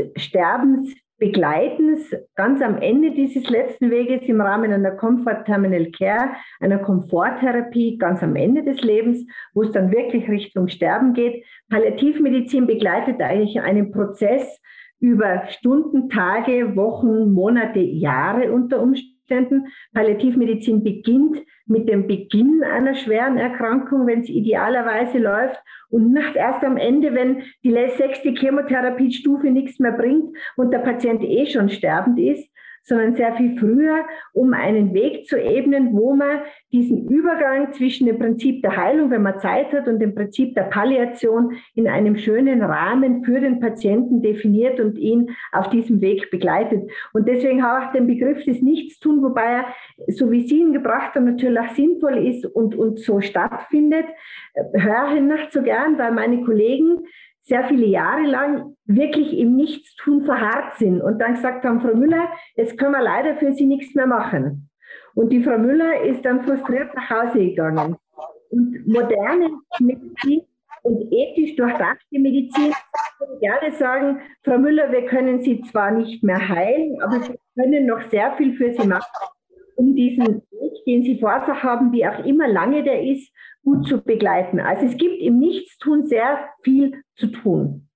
Sterbensbegleitens, ganz am Ende dieses letzten Weges im Rahmen einer Comfort Terminal Care, einer Komforttherapie, ganz am Ende des Lebens, wo es dann wirklich Richtung Sterben geht. Palliativmedizin begleitet eigentlich einen Prozess über Stunden, Tage, Wochen, Monate, Jahre unter Umständen. Palliativmedizin beginnt mit dem Beginn einer schweren Erkrankung, wenn es idealerweise läuft, und nicht erst am Ende, wenn die sechste Chemotherapiestufe nichts mehr bringt und der Patient eh schon sterbend ist, sondern sehr viel früher, um einen Weg zu ebnen, wo man diesen Übergang zwischen dem Prinzip der Heilung, wenn man Zeit hat, und dem Prinzip der Palliation in einem schönen Rahmen für den Patienten definiert und ihn auf diesem Weg begleitet. Und deswegen habe ich den Begriff des Nichtstun, wobei er, so wie Sie ihn gebracht haben, natürlich auch sinnvoll ist und, und so stattfindet, höre ich nicht so gern, weil meine Kollegen sehr viele Jahre lang wirklich im Nichtstun verharrt sind und dann gesagt haben, Frau Müller, jetzt können wir leider für Sie nichts mehr machen. Und die Frau Müller ist dann frustriert nach Hause gegangen. Und moderne Medizin und ethisch durchdachte Medizin würde gerne sagen, Frau Müller, wir können Sie zwar nicht mehr heilen, aber wir können noch sehr viel für Sie machen, um diesen Weg, den Sie vor sich haben, wie auch immer lange der ist, gut zu begleiten. Also es gibt im Nichtstun sehr viel zu tun.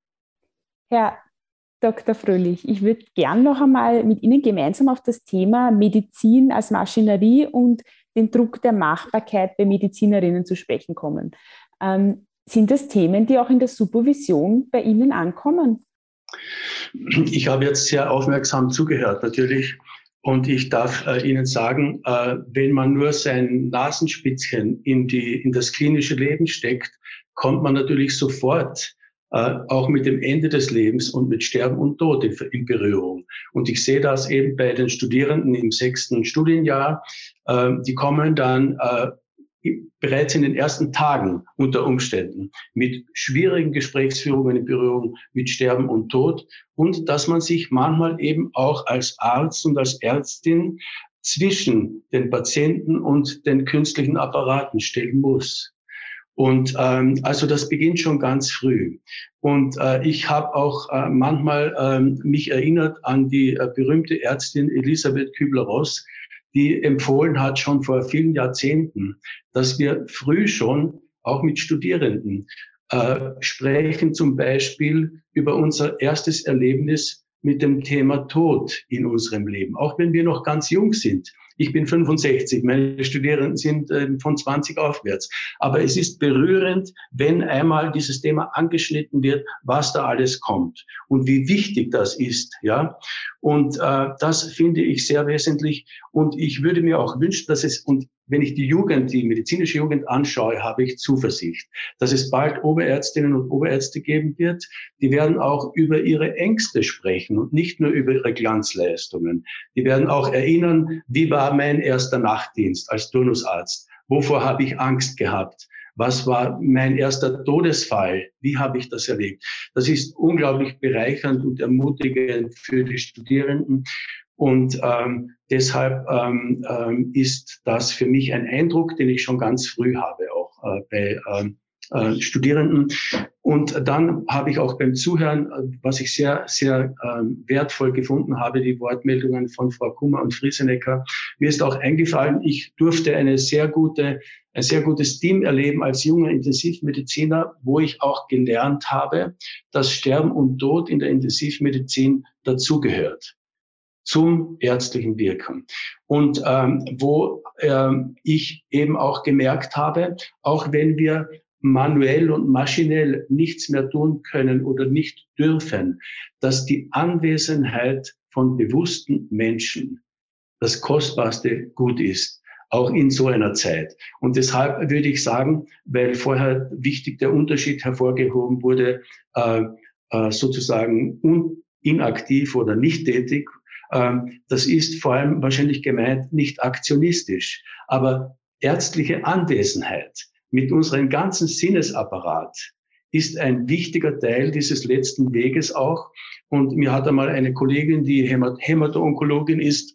Herr Doktor Fröhlich, ich würde gern noch einmal mit Ihnen gemeinsam auf das Thema Medizin als Maschinerie und den Druck der Machbarkeit bei Medizinerinnen zu sprechen kommen. Ähm, sind das Themen, die auch in der Supervision bei Ihnen ankommen? Ich habe jetzt sehr aufmerksam zugehört, natürlich. Und ich darf äh, Ihnen sagen, äh, wenn man nur sein Nasenspitzchen in, die, in das klinische Leben steckt, kommt man natürlich sofort äh, auch mit dem Ende des Lebens und mit Sterben und Tod in, in Berührung. Und ich sehe das eben bei den Studierenden im sechsten Studienjahr. Äh, die kommen dann äh, bereits in den ersten Tagen unter Umständen mit schwierigen Gesprächsführungen in Berührung mit Sterben und Tod und dass man sich manchmal eben auch als Arzt und als Ärztin zwischen den Patienten und den künstlichen Apparaten stellen muss. Und ähm, also das beginnt schon ganz früh. Und äh, ich habe auch äh, manchmal ähm, mich erinnert an die äh, berühmte Ärztin Elisabeth Kübler-Ross, die empfohlen hat, schon vor vielen Jahrzehnten, dass wir früh schon auch mit Studierenden äh, sprechen, zum Beispiel über unser erstes Erlebnis mit dem Thema Tod in unserem Leben, auch wenn wir noch ganz jung sind. Ich bin fünfundsechzig, meine Studierenden sind äh, von zwanzig aufwärts. Aber es ist berührend, wenn einmal dieses Thema angeschnitten wird, was da alles kommt und wie wichtig das ist, ja. Und äh, das finde ich sehr wesentlich. Und ich würde mir auch wünschen, dass es, und wenn ich die Jugend, die medizinische Jugend anschaue, habe ich Zuversicht, dass es bald Oberärztinnen und Oberärzte geben wird. Die werden auch über ihre Ängste sprechen und nicht nur über ihre Glanzleistungen. Die werden auch erinnern, wie war mein erster Nachtdienst als Turnusarzt? Wovor habe ich Angst gehabt? Was war mein erster Todesfall? Wie habe ich das erlebt? Das ist unglaublich bereichernd und ermutigend für die Studierenden. Und ähm, deshalb ähm, ähm, ist das für mich ein Eindruck, den ich schon ganz früh habe, auch äh, bei ähm, äh, Studierenden. Und dann habe ich auch beim Zuhören, was ich sehr, sehr äh, wertvoll gefunden habe, die Wortmeldungen von Frau Kummer und Friesenecker. Mir ist auch eingefallen, ich durfte eine sehr gute, ein sehr gutes Team erleben als junger Intensivmediziner, wo ich auch gelernt habe, dass Sterben und Tod in der Intensivmedizin dazugehört zum ärztlichen Wirken. Und ähm, wo ähm, ich eben auch gemerkt habe, auch wenn wir manuell und maschinell nichts mehr tun können oder nicht dürfen, dass die Anwesenheit von bewussten Menschen das kostbarste Gut ist, auch in so einer Zeit. Und deshalb würde ich sagen, weil vorher wichtig der Unterschied hervorgehoben wurde, äh, äh, sozusagen un- inaktiv oder nicht tätig, das ist vor allem wahrscheinlich gemeint nicht aktionistisch, aber ärztliche Anwesenheit mit unserem ganzen Sinnesapparat ist ein wichtiger Teil dieses letzten Weges auch. Und mir hat einmal eine Kollegin, die Hämato-Onkologin ist,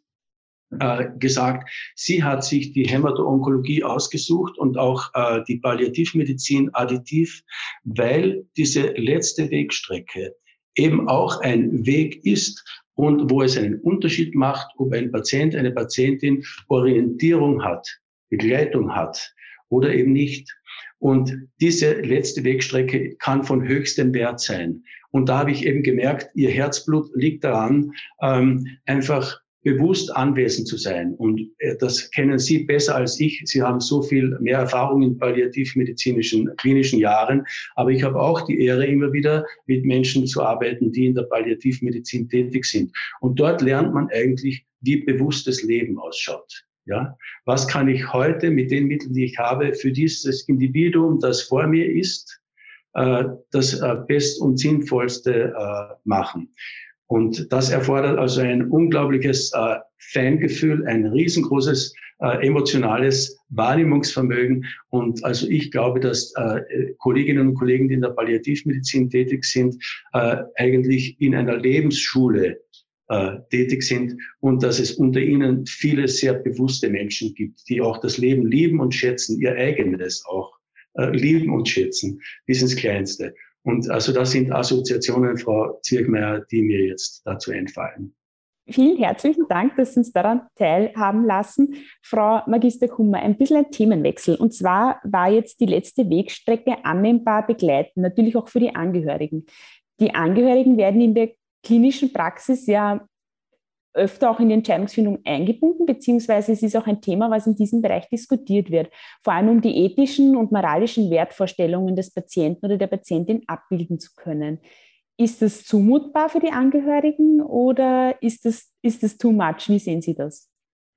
äh, gesagt, sie hat sich die Hämato-Onkologie ausgesucht und auch äh, die Palliativmedizin additiv, weil diese letzte Wegstrecke eben auch ein Weg ist, und wo es einen Unterschied macht, ob ein Patient, eine Patientin Orientierung hat, Begleitung hat oder eben nicht. Und diese letzte Wegstrecke kann von höchstem Wert sein. Und da habe ich eben gemerkt, ihr Herzblut liegt daran, ähm, einfach bewusst anwesend zu sein. Und äh, das kennen Sie besser als ich. Sie haben so viel mehr Erfahrung in palliativmedizinischen, klinischen Jahren. Aber ich habe auch die Ehre, immer wieder mit Menschen zu arbeiten, die in der Palliativmedizin tätig sind. Und dort lernt man eigentlich, wie bewusstes Leben ausschaut. Ja, was kann ich heute mit den Mitteln, die ich habe, für dieses Individuum, das vor mir ist, äh, das äh, Best- und Sinnvollste äh, machen? Und das erfordert also ein unglaubliches äh, Fangefühl, ein riesengroßes äh, emotionales Wahrnehmungsvermögen. Und also ich glaube, dass äh, Kolleginnen und Kollegen, die in der Palliativmedizin tätig sind, äh, eigentlich in einer Lebensschule äh, tätig sind und dass es unter ihnen viele sehr bewusste Menschen gibt, die auch das Leben lieben und schätzen, ihr eigenes auch äh, lieben und schätzen, bis ins Kleinste. Und also das sind Assoziationen, Frau Zirkmeier, die mir jetzt dazu einfallen. Vielen herzlichen Dank, dass Sie uns daran teilhaben lassen. Frau Magister Kummer, ein bisschen ein Themenwechsel. Und zwar war jetzt die letzte Wegstrecke annehmbar begleiten, natürlich auch für die Angehörigen. Die Angehörigen werden in der klinischen Praxis ja öfter auch in die Entscheidungsfindung eingebunden, beziehungsweise es ist auch ein Thema, was in diesem Bereich diskutiert wird, vor allem um die ethischen und moralischen Wertvorstellungen des Patienten oder der Patientin abbilden zu können. Ist das zumutbar für die Angehörigen oder ist das, ist das too much? Wie sehen Sie das?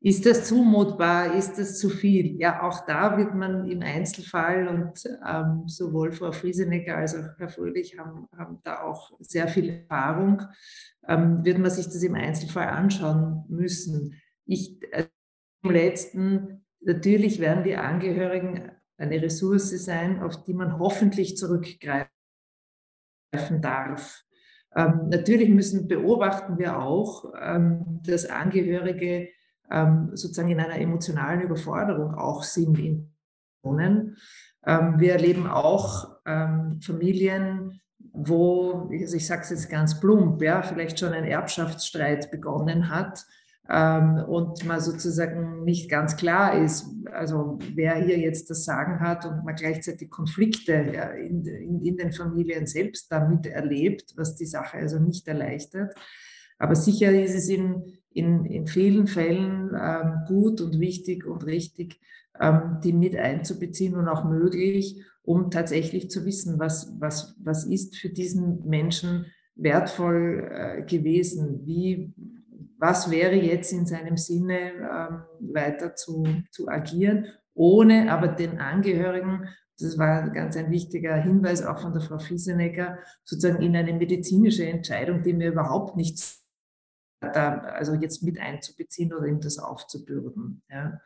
Ist das zumutbar? Ist das zu viel? Ja, auch da wird man im Einzelfall, und ähm, sowohl Frau Friesenecker als auch Herr Fröhlich haben, haben da auch sehr viel Erfahrung, ähm, wird man sich das im Einzelfall anschauen müssen. Ich, äh, im Letzten, natürlich werden die Angehörigen eine Ressource sein, auf die man hoffentlich zurückgreifen darf. Ähm, natürlich müssen, beobachten wir auch, ähm, dass Angehörige ähm, sozusagen in einer emotionalen Überforderung auch sind in Personen. Ähm, wir erleben auch ähm, Familien, wo, also ich sage es jetzt ganz plump, ja, vielleicht schon ein Erbschaftsstreit begonnen hat, ähm, und man sozusagen nicht ganz klar ist, also wer hier jetzt das Sagen hat, und man gleichzeitig Konflikte ja, in, in, in den Familien selbst damit erlebt, was die Sache also nicht erleichtert. Aber sicher ist es in, in, in vielen Fällen ähm, gut und wichtig und richtig, ähm, die mit einzubeziehen und auch möglich, um tatsächlich zu wissen, was, was, was ist für diesen Menschen wertvoll äh, gewesen, wie, was wäre jetzt in seinem Sinne ähm, weiter zu, zu agieren, ohne aber den Angehörigen, das war ganz ein wichtiger Hinweis auch von der Frau Friesenecker, sozusagen in eine medizinische Entscheidung, die mir überhaupt nichts da, also jetzt mit einzubeziehen oder ihm das aufzubürden. Ja.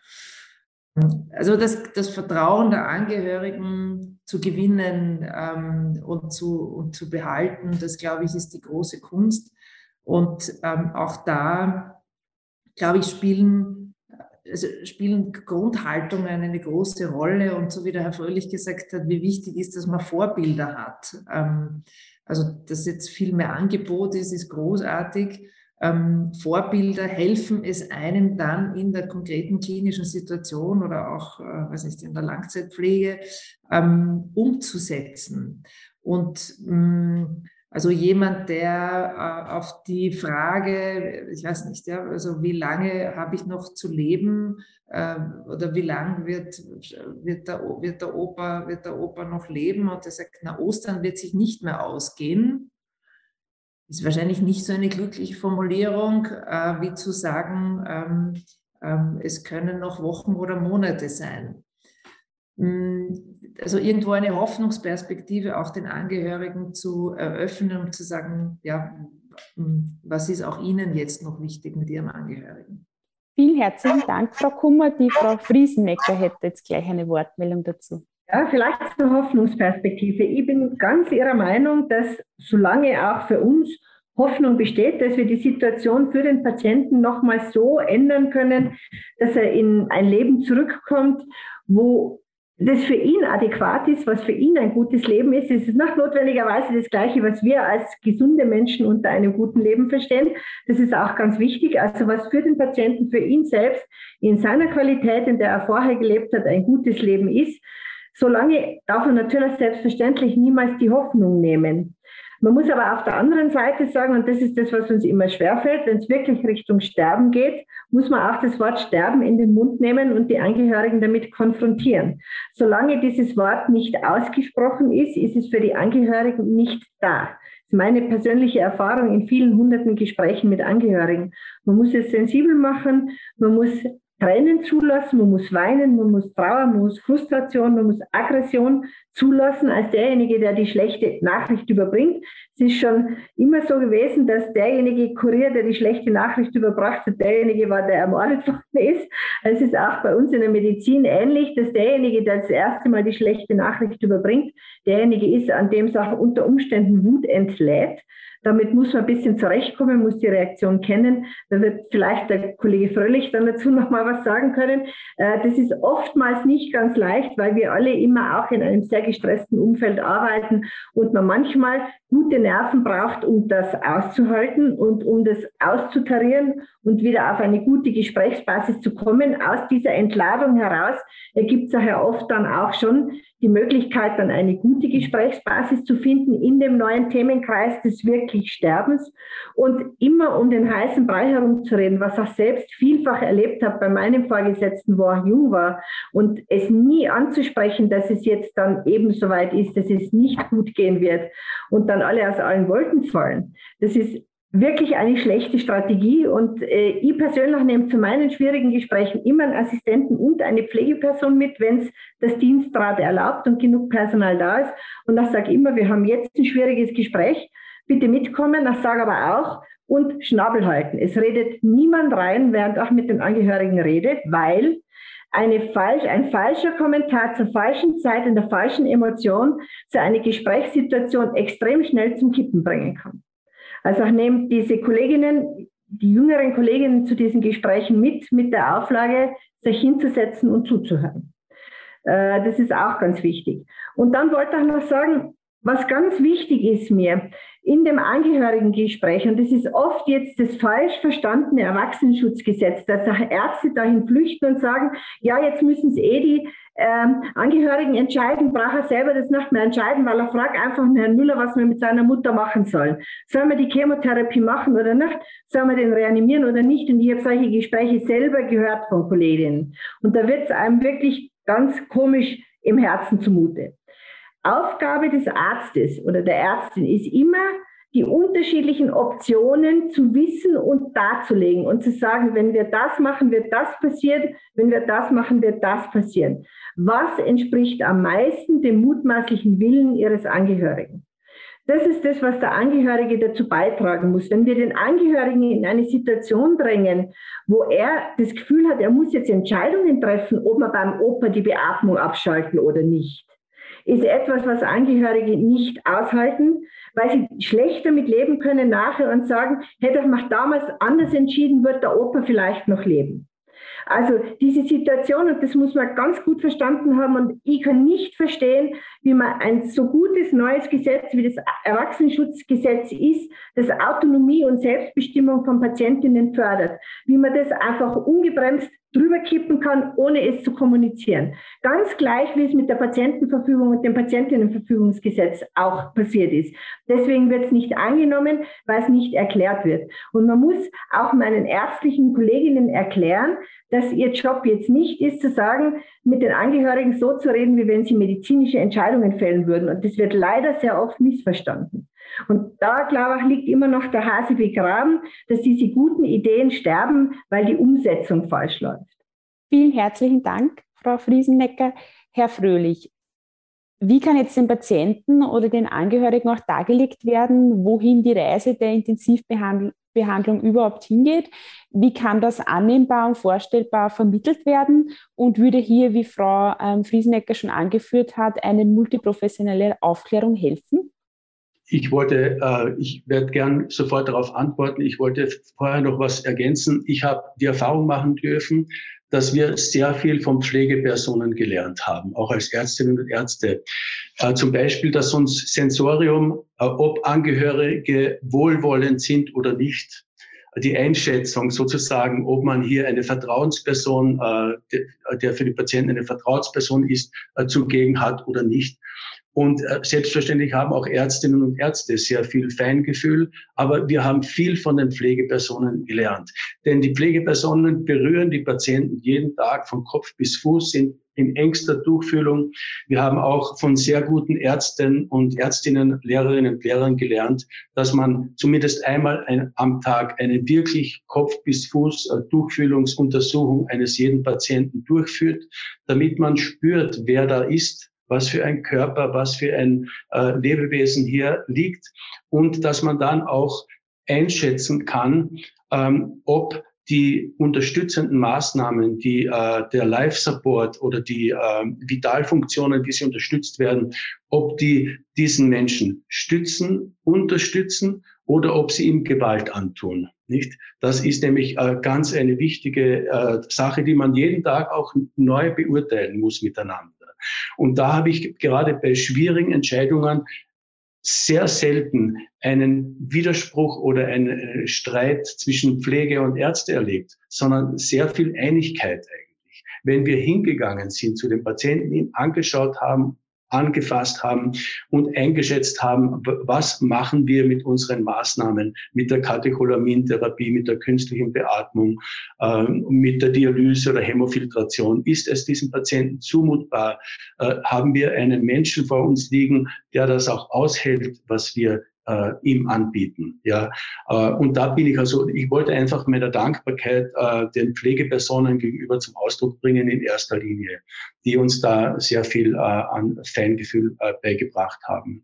Also das, das Vertrauen der Angehörigen zu gewinnen ähm, und, zu, und zu behalten, das, glaube ich, ist die große Kunst. Und ähm, auch da, glaube ich, spielen, also spielen Grundhaltungen eine große Rolle. Und so wie der Herr Fröhlich gesagt hat, wie wichtig ist, dass man Vorbilder hat. Ähm, also dass jetzt viel mehr Angebot ist, ist großartig. Ähm, Vorbilder helfen es einem dann in der konkreten klinischen Situation oder auch, äh, weiß nicht, in der Langzeitpflege ähm, umzusetzen. Und mh, also jemand, der äh, auf die Frage, ich weiß nicht, ja, also wie lange habe ich noch zu leben äh, oder wie lange wird, wird, der, wird, der Opa, wird der Opa noch leben, und er sagt, na, Ostern wird sich nicht mehr ausgehen. Ist wahrscheinlich nicht so eine glückliche Formulierung, äh, wie zu sagen, ähm, ähm, es können noch Wochen oder Monate sein. Also irgendwo eine Hoffnungsperspektive auch den Angehörigen zu eröffnen und zu sagen, ja, was ist auch Ihnen jetzt noch wichtig mit Ihrem Angehörigen? Vielen herzlichen Dank, Frau Kummer. Die Frau Friesenecker hätte jetzt gleich eine Wortmeldung dazu. Ja, vielleicht zur Hoffnungsperspektive. Ich bin ganz Ihrer Meinung, dass solange auch für uns Hoffnung besteht, dass wir die Situation für den Patienten nochmal so ändern können, dass er in ein Leben zurückkommt, wo das für ihn adäquat ist, was für ihn ein gutes Leben ist. Es ist nicht notwendigerweise das Gleiche, was wir als gesunde Menschen unter einem guten Leben verstehen. Das ist auch ganz wichtig. Also was für den Patienten, für ihn selbst in seiner Qualität, in der er vorher gelebt hat, ein gutes Leben ist. Solange darf man natürlich selbstverständlich niemals die Hoffnung nehmen. Man muss aber auf der anderen Seite sagen, und das ist das, was uns immer schwerfällt, wenn es wirklich Richtung Sterben geht, muss man auch das Wort Sterben in den Mund nehmen und die Angehörigen damit konfrontieren. Solange dieses Wort nicht ausgesprochen ist, ist es für die Angehörigen nicht da. Das ist meine persönliche Erfahrung in vielen hunderten Gesprächen mit Angehörigen. Man muss es sensibel machen, man muss Tränen zulassen, man muss weinen, man muss Trauer, man muss Frustration, man muss Aggression zulassen als derjenige, der die schlechte Nachricht überbringt. Es ist schon immer so gewesen, dass derjenige Kurier, der die schlechte Nachricht überbracht hat, derjenige war, der ermordet worden ist. Es ist auch bei uns in der Medizin ähnlich, dass derjenige, der das erste Mal die schlechte Nachricht überbringt, derjenige ist, an dem es auch unter Umständen Wut entlädt. Damit muss man ein bisschen zurechtkommen, muss die Reaktion kennen. Da wird vielleicht der Kollege Fröhlich dann dazu noch mal was sagen können. Das ist oftmals nicht ganz leicht, weil wir alle immer auch in einem sehr gestressten Umfeld arbeiten und man manchmal gute Nerven braucht, um das auszuhalten und um das auszutarieren und wieder auf eine gute Gesprächsbasis zu kommen. Aus dieser Entladung heraus ergibt es ja oft dann auch schon die Möglichkeit, dann eine gute Gesprächsbasis zu finden in dem neuen Themenkreis des wirklich Sterbens und immer um den heißen Brei herumzureden, was ich selbst vielfach erlebt habe bei meinem Vorgesetzten, wo er jung war, und es nie anzusprechen, dass es jetzt dann eben soweit ist, dass es nicht gut gehen wird und dann alle aus allen Wolken fallen. Das ist wirklich eine schlechte Strategie. Und äh, ich persönlich nehme zu meinen schwierigen Gesprächen immer einen Assistenten und eine Pflegeperson mit, wenn es das Dienstgrad erlaubt und genug Personal da ist. Und ich sage immer, wir haben jetzt ein schwieriges Gespräch, bitte mitkommen. Ich sage aber auch, und Schnabel halten. Es redet niemand rein, während auch mit den Angehörigen redet, weil eine falsch, ein falscher Kommentar zur falschen Zeit, in der falschen Emotion, so eine Gesprächssituation extrem schnell zum Kippen bringen kann. Also ich nehme diese Kolleginnen, die jüngeren Kolleginnen zu diesen Gesprächen mit, mit der Auflage, sich hinzusetzen und zuzuhören. Äh, das ist auch ganz wichtig. Und dann wollte ich noch sagen, was ganz wichtig ist mir in dem Angehörigengespräch, und das ist oft jetzt das falsch verstandene Erwachsenenschutzgesetz, dass Ärzte dahin flüchten und sagen, ja, jetzt müssen sie eh die ähm, Angehörigen entscheiden, braucht er selber das nicht mehr entscheiden, weil er fragt einfach Herrn Müller, was wir mit seiner Mutter machen sollen. Sollen wir die Chemotherapie machen oder nicht? Sollen wir den reanimieren oder nicht? Und ich habe solche Gespräche selber gehört von Kolleginnen. Und da wird es einem wirklich ganz komisch im Herzen zumute. Aufgabe des Arztes oder der Ärztin ist immer, die unterschiedlichen Optionen zu wissen und darzulegen und zu sagen, wenn wir das machen, wird das passieren, wenn wir das machen, wird das passieren. Was entspricht am meisten dem mutmaßlichen Willen Ihres Angehörigen? Das ist das, was der Angehörige dazu beitragen muss. Wenn wir den Angehörigen in eine Situation drängen, wo er das Gefühl hat, er muss jetzt Entscheidungen treffen, ob wir beim Opa die Beatmung abschalten oder nicht, ist etwas, was Angehörige nicht aushalten, weil sie schlecht damit leben können nachher und sagen, hätte ich mich damals anders entschieden, wird der Opa vielleicht noch leben. Also diese Situation, und das muss man ganz gut verstanden haben, und ich kann nicht verstehen, wie man ein so gutes neues Gesetz, wie das Erwachsenenschutzgesetz ist, das Autonomie und Selbstbestimmung von Patientinnen fördert, wie man das einfach ungebremst drüber kippen kann, ohne es zu kommunizieren. Ganz gleich, wie es mit der Patientenverfügung und dem Patientinnenverfügungsgesetz auch passiert ist. Deswegen wird es nicht angenommen, weil es nicht erklärt wird. Und man muss auch meinen ärztlichen Kolleginnen erklären, dass ihr Job jetzt nicht ist, zu sagen, mit den Angehörigen so zu reden, wie wenn sie medizinische Entscheidungen fällen würden. Und das wird leider sehr oft missverstanden. Und da, glaube ich, liegt immer noch der Hase begraben, dass diese guten Ideen sterben, weil die Umsetzung falsch läuft. Vielen herzlichen Dank, Frau Friesenecker. Herr Fröhlich, wie kann jetzt den Patienten oder den Angehörigen auch dargelegt werden, wohin die Reise der Intensivbehandlung überhaupt hingeht? Wie kann das annehmbar und vorstellbar vermittelt werden? Und würde hier, wie Frau ähm, Friesenecker schon angeführt hat, eine multiprofessionelle Aufklärung helfen? Ich wollte, äh, ich werde gern sofort darauf antworten. Ich wollte vorher noch was ergänzen. Ich habe die Erfahrung machen dürfen, dass wir sehr viel von Pflegepersonen gelernt haben, auch als Ärztinnen und Ärzte. Äh, zum Beispiel, dass uns Sensorium, äh, ob Angehörige wohlwollend sind oder nicht, die Einschätzung sozusagen, ob man hier eine Vertrauensperson, äh, der für die Patienten eine Vertrauensperson ist, äh, zugegen hat oder nicht. Und äh, selbstverständlich haben auch Ärztinnen und Ärzte sehr viel Feingefühl, aber wir haben viel von den Pflegepersonen gelernt. Denn die Pflegepersonen berühren die Patienten jeden Tag von Kopf bis Fuß, sind in engster Durchfühlung. Wir haben auch von sehr guten Ärzten und Ärztinnen, Lehrerinnen und Lehrern gelernt, dass man zumindest einmal ein, am Tag eine wirklich Kopf bis Fuß äh, Durchfühlungsuntersuchung eines jeden Patienten durchführt, damit man spürt, wer da ist, was für ein Körper, was für ein äh, Lebewesen hier liegt, und dass man dann auch einschätzen kann, ähm, ob die unterstützenden Maßnahmen, die äh, der Life-Support oder die äh, Vitalfunktionen, die sie unterstützt werden, ob die diesen Menschen stützen, unterstützen oder ob sie ihm Gewalt antun. Nicht? Das ist nämlich äh, ganz eine wichtige äh, Sache, die man jeden Tag auch neu beurteilen muss miteinander. Und da habe ich gerade bei schwierigen Entscheidungen sehr selten einen Widerspruch oder einen Streit zwischen Pflege und Ärzte erlebt, sondern sehr viel Einigkeit eigentlich. Wenn wir hingegangen sind zu den Patienten, ihn angeschaut haben, angefasst haben und eingeschätzt haben, was machen wir mit unseren Maßnahmen, mit der Katecholamintherapie, mit der künstlichen Beatmung, äh, mit der Dialyse oder Hämofiltration. Ist es diesem Patienten zumutbar? Äh, haben wir einen Menschen vor uns liegen, der das auch aushält, was wir äh, ihm anbieten. Ja, äh, und da bin ich also, ich wollte einfach meine Dankbarkeit äh, den Pflegepersonen gegenüber zum Ausdruck bringen in erster Linie, die uns da sehr viel äh, an Feingefühl äh, beigebracht haben.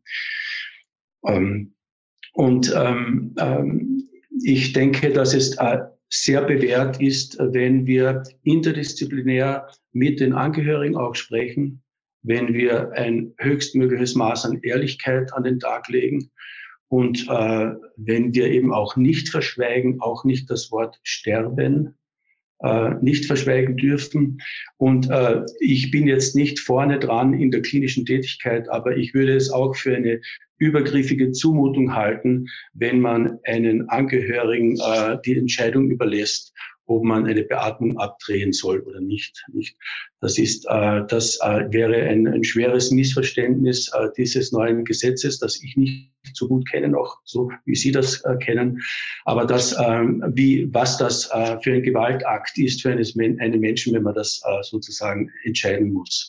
Ähm, und ähm, ähm, ich denke, dass es äh, sehr bewährt ist, wenn wir interdisziplinär mit den Angehörigen auch sprechen, wenn wir ein höchstmögliches Maß an Ehrlichkeit an den Tag legen und äh, wenn wir eben auch nicht verschweigen, auch nicht das Wort sterben, äh, nicht verschweigen dürfen. Und äh, ich bin jetzt nicht vorne dran in der klinischen Tätigkeit, aber ich würde es auch für eine übergriffige Zumutung halten, wenn man einen Angehörigen äh, die Entscheidung überlässt, ob man eine Beatmung abdrehen soll oder nicht. Nicht. Das ist, äh, das äh, wäre ein, ein schweres Missverständnis äh, dieses neuen Gesetzes, das ich nicht so gut kenne, noch so wie Sie das äh, kennen. Aber das, äh, wie was das äh, für ein Gewaltakt ist für eines, einen Menschen, wenn man das äh, sozusagen entscheiden muss.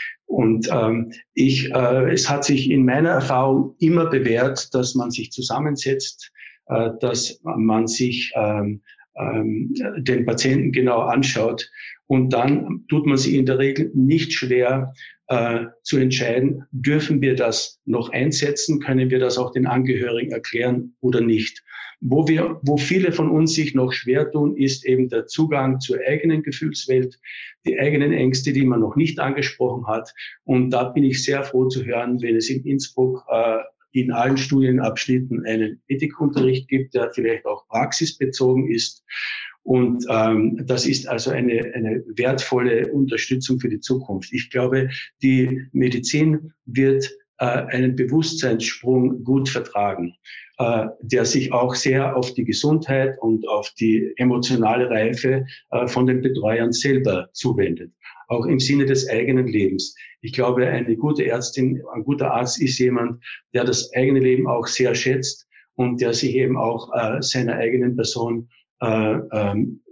Und ähm, ich, äh, es hat sich in meiner Erfahrung immer bewährt, dass man sich zusammensetzt, äh, dass man sich ähm, ähm, den Patienten genau anschaut und dann tut man sich in der Regel nicht schwer äh, zu entscheiden, dürfen wir das noch einsetzen, können wir das auch den Angehörigen erklären oder nicht. Wo wir, wo viele von uns sich noch schwer tun, ist eben der Zugang zur eigenen Gefühlswelt, die eigenen Ängste, die man noch nicht angesprochen hat. Und da bin ich sehr froh zu hören, wenn es in Innsbruck äh, in allen Studienabschnitten einen Ethikunterricht gibt, der vielleicht auch praxisbezogen ist. Und ähm, das ist also eine, eine wertvolle Unterstützung für die Zukunft. Ich glaube, die Medizin wird äh, einen Bewusstseinssprung gut vertragen, äh, der sich auch sehr auf die Gesundheit und auf die emotionale Reife äh, von den Betreuern selber zuwendet, auch im Sinne des eigenen Lebens. Ich glaube, eine gute Ärztin, ein guter Arzt ist jemand, der das eigene Leben auch sehr schätzt und der sich eben auch äh, seiner eigenen Person äh, ähm,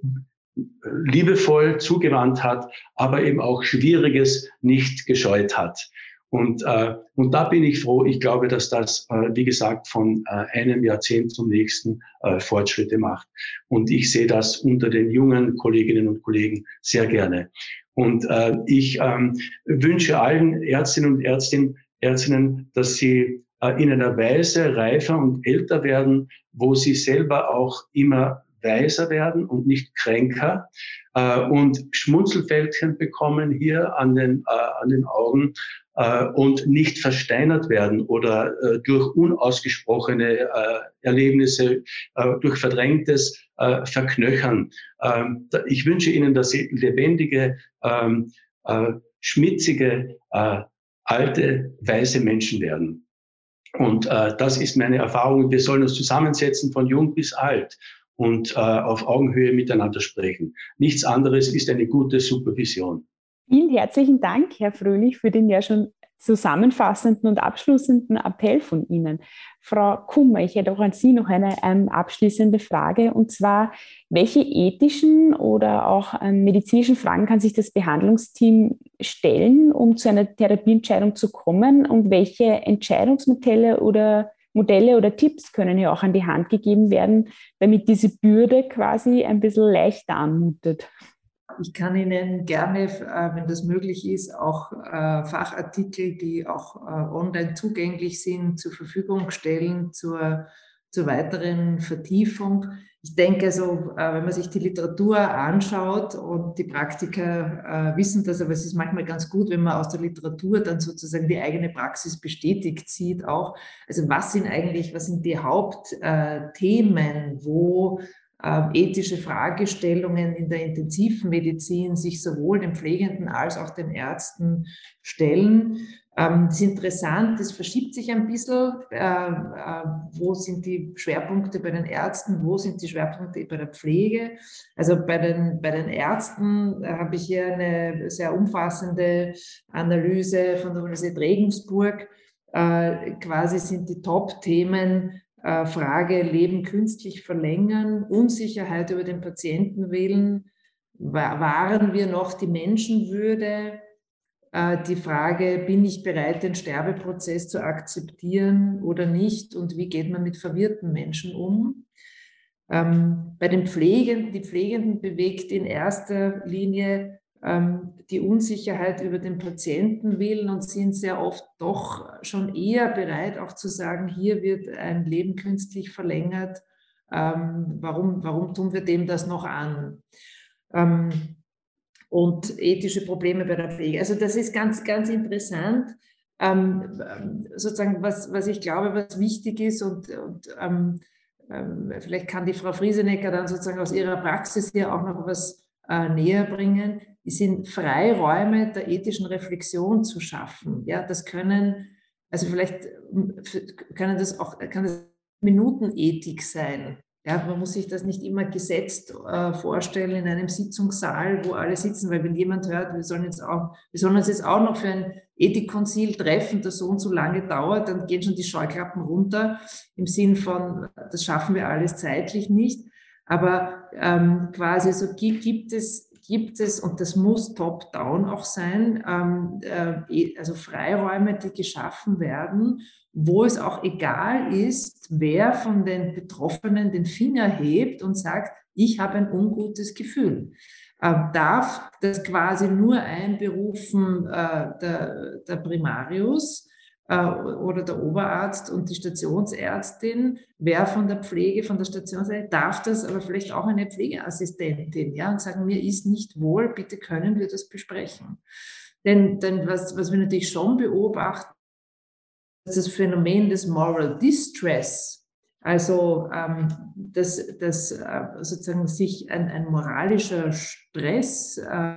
liebevoll zugewandt hat, aber eben auch Schwieriges nicht gescheut hat. Und, äh, und da bin ich froh. Ich glaube, dass das, äh, wie gesagt, von äh, einem Jahrzehnt zum nächsten äh, Fortschritte macht. Und ich sehe das unter den jungen Kolleginnen und Kollegen sehr gerne. Und äh, ich ähm, wünsche allen Ärztinnen und Ärztinnen, Ärztinnen, dass sie äh, in einer Weise reifer und älter werden, wo sie selber auch immer weiser werden und nicht kränker äh, und Schmunzelfältchen bekommen hier an den, äh, an den Augen äh, und nicht versteinert werden oder äh, durch unausgesprochene äh, Erlebnisse, äh, durch Verdrängtes äh, verknöchern. Ähm, ich wünsche Ihnen, dass Sie lebendige, ähm, äh, schmitzige, äh, alte, weise Menschen werden. Und äh, das ist meine Erfahrung. Wir sollen uns zusammensetzen von jung bis alt und äh, auf Augenhöhe miteinander sprechen. Nichts anderes ist eine gute Supervision. Vielen herzlichen Dank, Herr Fröhlich, für den ja schon zusammenfassenden und abschließenden Appell von Ihnen. Frau Kummer, ich hätte auch an Sie noch eine ähm, abschließende Frage, und zwar, welche ethischen oder auch ähm, medizinischen Fragen kann sich das Behandlungsteam stellen, um zu einer Therapieentscheidung zu kommen, und welche Entscheidungsmodelle oder Modelle oder Tipps können ja auch an die Hand gegeben werden, damit diese Bürde quasi ein bisschen leichter anmutet? Ich kann Ihnen gerne, wenn das möglich ist, auch Fachartikel, die auch online zugänglich sind, zur Verfügung stellen zur, zur weiteren Vertiefung. Ich denke, also, wenn man sich die Literatur anschaut, und die Praktiker wissen das, aber es ist manchmal ganz gut, wenn man aus der Literatur dann sozusagen die eigene Praxis bestätigt sieht auch. Also was sind eigentlich, was sind die Hauptthemen, wo ethische Fragestellungen in der Intensivmedizin sich sowohl den Pflegenden als auch den Ärzten stellen. Das ist interessant, das verschiebt sich ein bisschen. Wo sind die Schwerpunkte bei den Ärzten, wo sind die Schwerpunkte bei der Pflege? Also bei den, bei den Ärzten habe ich hier eine sehr umfassende Analyse von der Universität Regensburg. Quasi sind die Top-Themen Frage, Leben künstlich verlängern, Unsicherheit über den Patientenwillen, wahren wir noch die Menschenwürde, äh, die Frage, bin ich bereit, den Sterbeprozess zu akzeptieren oder nicht und wie geht man mit verwirrten Menschen um. Ähm, bei den Pflegenden, die Pflegenden bewegt in erster Linie ähm, die Unsicherheit über den Patientenwillen und sind sehr oft doch schon eher bereit, auch zu sagen, hier wird ein Leben künstlich verlängert. Ähm, warum, warum tun wir dem das noch an? Ähm, und ethische Probleme bei der Pflege. Also das ist ganz, ganz interessant. Ähm, sozusagen, was, was ich glaube, was wichtig ist und, und ähm, ähm, vielleicht kann die Frau Friesenecker dann sozusagen aus ihrer Praxis hier auch noch was äh, näher bringen, die sind Freiräume der ethischen Reflexion zu schaffen. Ja, das können, also vielleicht können das auch, kann das Minutenethik sein. Ja, man muss sich das nicht immer gesetzt äh, vorstellen in einem Sitzungssaal, wo alle sitzen, weil wenn jemand hört, wir sollen jetzt auch, wir sollen uns jetzt auch noch für ein Ethikkonzil treffen, das so und so lange dauert, dann gehen schon die Scheuklappen runter im Sinn von, das schaffen wir alles zeitlich nicht. Aber ähm, quasi so gibt, gibt es, gibt es, und das muss top-down auch sein, ähm, äh, also Freiräume, die geschaffen werden, wo es auch egal ist, wer von den Betroffenen den Finger hebt und sagt, ich habe ein ungutes Gefühl. Äh, darf das quasi nur einberufen äh, der, der Primarius äh, oder der Oberarzt und die Stationsärztin, wer von der Pflege, von der Stationsärztin, darf das aber vielleicht auch eine Pflegeassistentin, ja, und sagen, mir ist nicht wohl, bitte können wir das besprechen. Denn, denn was, was wir natürlich schon beobachten, das Phänomen des Moral Distress, also ähm, dass, dass äh, sozusagen sich ein, ein moralischer Stress äh,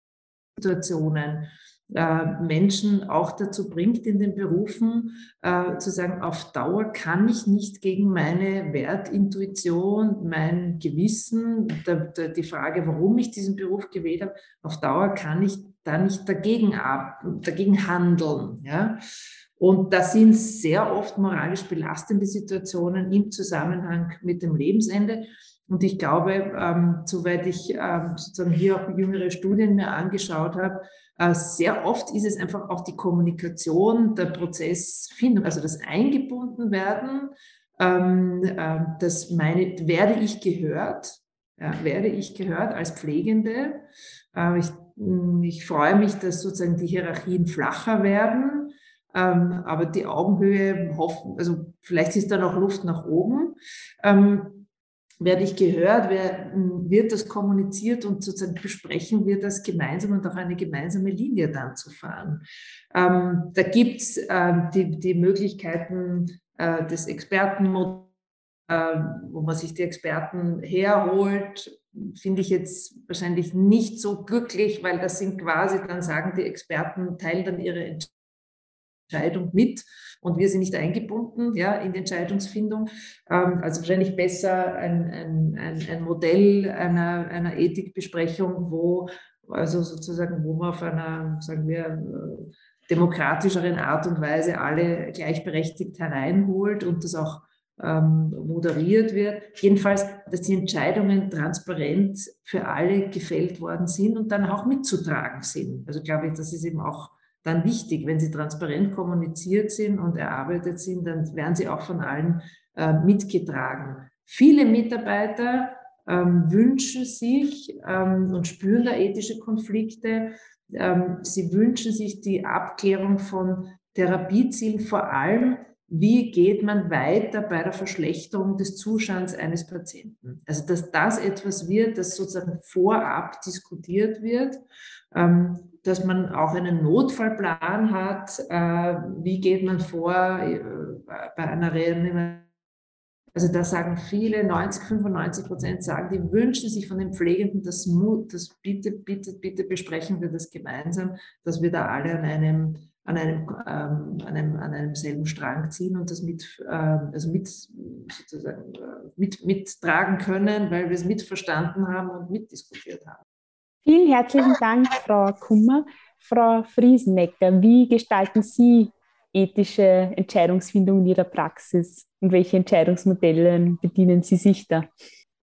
Situationen äh, Menschen auch dazu bringt, in den Berufen äh, zu sagen, auf Dauer kann ich nicht gegen meine Wertintuition, mein Gewissen, der, der, die Frage, warum ich diesen Beruf gewählt habe, auf Dauer kann ich da nicht dagegen, ab, dagegen handeln. Ja? Und das sind sehr oft moralisch belastende Situationen im Zusammenhang mit dem Lebensende. Und ich glaube, ähm, soweit ich ähm, sozusagen hier auch jüngere Studien mir angeschaut habe, äh, sehr oft ist es einfach auch die Kommunikation, der Prozessfindung, also das Eingebundenwerden, ähm, äh, das meine, werde ich gehört, ja, werde ich gehört als Pflegende. Äh, ich, ich freue mich, dass sozusagen die Hierarchien flacher werden. Ähm, aber die Augenhöhe, hoffen, also vielleicht ist da noch Luft nach oben. Ähm, werde ich gehört, wer, wird das kommuniziert und sozusagen besprechen wir das gemeinsam und auch eine gemeinsame Linie dann zu fahren. Ähm, da gibt es äh, die, die Möglichkeiten äh, des Expertenmodells, äh, wo man sich die Experten herholt, finde ich jetzt wahrscheinlich nicht so glücklich, weil das sind quasi, dann sagen die Experten, teilen dann ihre Entscheidungen Entscheidung mit und wir sind nicht eingebunden, ja, in die Entscheidungsfindung. Ähm, also wahrscheinlich besser ein, ein, ein, ein Modell einer, einer Ethikbesprechung, wo also sozusagen, wo man auf einer, sagen wir, demokratischeren Art und Weise alle gleichberechtigt hereinholt und das auch ähm, moderiert wird. Jedenfalls, dass die Entscheidungen transparent für alle gefällt worden sind und dann auch mitzutragen sind. Also glaube ich, das ist eben auch dann wichtig, wenn sie transparent kommuniziert sind und erarbeitet sind, dann werden sie auch von allen äh, mitgetragen. Viele Mitarbeiter ähm, wünschen sich ähm, und spüren da ethische Konflikte. Ähm, sie wünschen sich die Abklärung von Therapiezielen, vor allem, wie geht man weiter bei der Verschlechterung des Zustands eines Patienten. Also, dass das etwas wird, das sozusagen vorab diskutiert wird, ähm, dass man auch einen Notfallplan hat, äh, wie geht man vor äh, bei einer Reanimation. Also da sagen viele, neunzig, fünfundneunzig Prozent sagen, die wünschen sich von den Pflegenden das Mut, das bitte, bitte, bitte besprechen wir das gemeinsam, dass wir da alle an einem, an einem, ähm, an einem, an einem selben Strang ziehen und das mit, ähm, also mit, sozusagen, mit, mittragen können, weil wir es mitverstanden haben und mitdiskutiert haben. Vielen herzlichen Dank, Frau Kummer. Frau Friesenecker, wie gestalten Sie ethische Entscheidungsfindung in Ihrer Praxis und welche Entscheidungsmodelle bedienen Sie sich da?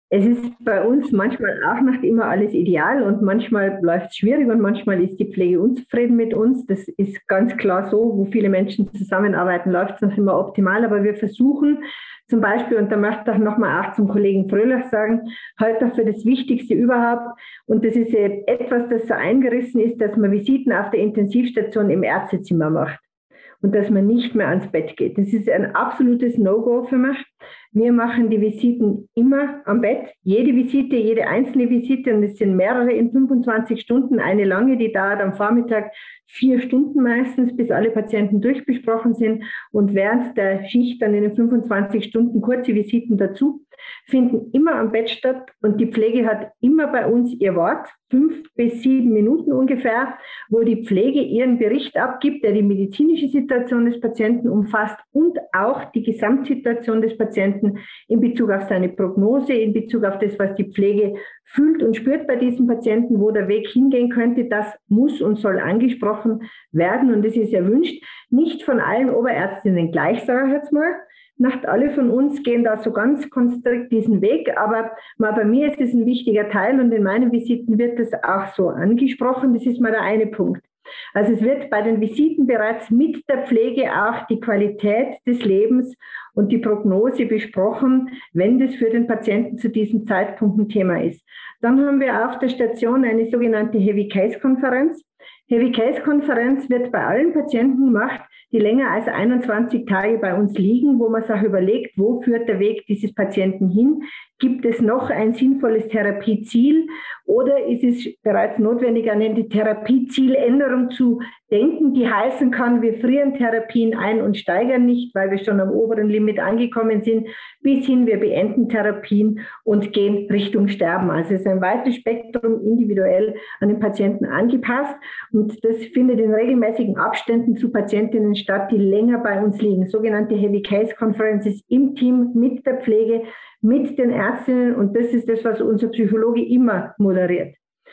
es ist bei uns manchmal auch nicht immer alles ideal und manchmal läuft es schwierig und manchmal ist die Pflege unzufrieden mit uns. Das ist ganz klar so, wo viele Menschen zusammenarbeiten, läuft es nicht immer optimal, aber wir versuchen zum Beispiel, und da möchte ich nochmal auch zum Kollegen Fröhlich sagen, heute für das Wichtigste überhaupt, und das ist etwas, das so eingerissen ist, dass man Visiten auf der Intensivstation im Ärztezimmer macht und dass man nicht mehr ans Bett geht. Das ist ein absolutes No-Go für mich. Wir machen die Visiten immer am Bett. Jede Visite, jede einzelne Visite, und es sind mehrere in fünfundzwanzig Stunden. Eine lange, die dauert am Vormittag vier Stunden meistens, bis alle Patienten durchbesprochen sind. Und während der Schicht dann in den fünfundzwanzig Stunden kurze Visiten dazu, finden immer am Bett statt. Und die Pflege hat immer bei uns ihr Wort, fünf bis sieben Minuten ungefähr, wo die Pflege ihren Bericht abgibt, der die medizinische Situation des Patienten umfasst und auch die Gesamtsituation des Patienten in Bezug auf seine Prognose, in Bezug auf das, was die Pflege fühlt und spürt bei diesem Patienten, wo der Weg hingehen könnte. Das muss und soll angesprochen werden und das ist erwünscht. Nicht von allen Oberärztinnen gleich, sage ich jetzt mal. Nicht alle von uns gehen da so ganz konstrukt diesen Weg, aber mal bei mir ist es ein wichtiger Teil und in meinen Visiten wird das auch so angesprochen. Das ist mal der eine Punkt. Also es wird bei den Visiten bereits mit der Pflege auch die Qualität des Lebens und die Prognose besprochen, wenn das für den Patienten zu diesem Zeitpunkt ein Thema ist. Dann haben wir auf der Station eine sogenannte Heavy Case Konferenz. Heavy Case Konferenz wird bei allen Patienten gemacht, die länger als einundzwanzig Tage bei uns liegen, wo man sich überlegt, wo führt der Weg dieses Patienten hin? Gibt es noch ein sinnvolles Therapieziel oder ist es bereits notwendig, an eine Therapiezieländerung zu denken, die heißen kann, wir frieren Therapien ein und steigern nicht, weil wir schon am oberen Limit angekommen sind, bis hin, wir beenden Therapien und gehen Richtung Sterben. Also es ist ein weites Spektrum individuell an den Patienten angepasst und das findet in regelmäßigen Abständen zu Patientinnen statt, die länger bei uns liegen. Sogenannte Heavy Case Conferences im Team mit der Pflege, mit den Ärztinnen und das ist das, was unser Psychologe immer moderiert.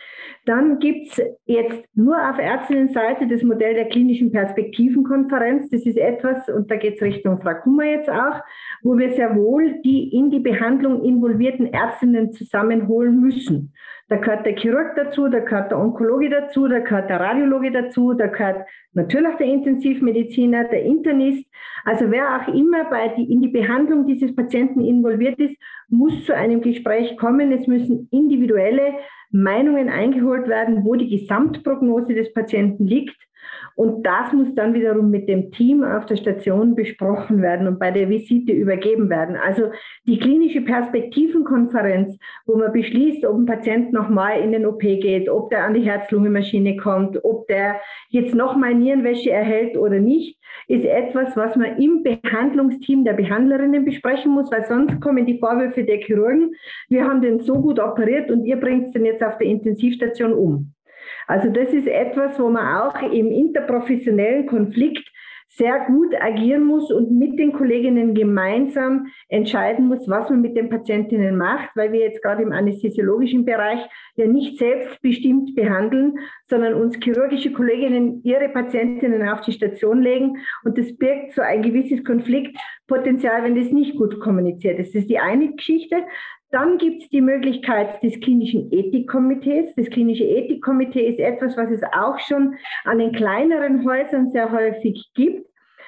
Dann gibt es jetzt nur auf Ärztinnenseite das Modell der klinischen Perspektivenkonferenz. Das ist etwas, und da geht es Richtung Frau Kummer jetzt auch, wo wir sehr wohl die in die Behandlung involvierten Ärztinnen zusammenholen müssen. Da gehört der Chirurg dazu, da gehört der Onkologe dazu, da gehört der Radiologe dazu, da gehört natürlich der Intensivmediziner, der Internist. Also wer auch immer bei die, in die Behandlung dieses Patienten involviert ist, muss zu einem Gespräch kommen. Es müssen individuelle Meinungen eingeholt werden, wo die Gesamtprognose des Patienten liegt. Und das muss dann wiederum mit dem Team auf der Station besprochen werden und bei der Visite übergeben werden. Also die klinische Perspektivenkonferenz, wo man beschließt, ob ein Patient nochmal in den O P geht, ob der an die Herz-Lunge-Maschine kommt, ob der jetzt nochmal Nierenwäsche erhält oder nicht, ist etwas, was man im Behandlungsteam der Behandlerinnen besprechen muss, weil sonst kommen die Vorwürfe der Chirurgen, wir haben den so gut operiert und ihr bringt den jetzt auf der Intensivstation um. Also das ist etwas, wo man auch im interprofessionellen Konflikt sehr gut agieren muss und mit den Kolleginnen gemeinsam entscheiden muss, was man mit den Patientinnen macht, weil wir jetzt gerade im anästhesiologischen Bereich ja nicht selbstbestimmt behandeln, sondern uns chirurgische Kolleginnen ihre Patientinnen auf die Station legen und das birgt so ein gewisses Konfliktpotenzial, wenn das nicht gut kommuniziert ist. Das ist die eine Geschichte. Dann gibt es die Möglichkeit des klinischen Ethikkomitees. Das klinische Ethikkomitee ist etwas, was es auch schon an den kleineren Häusern sehr häufig gibt,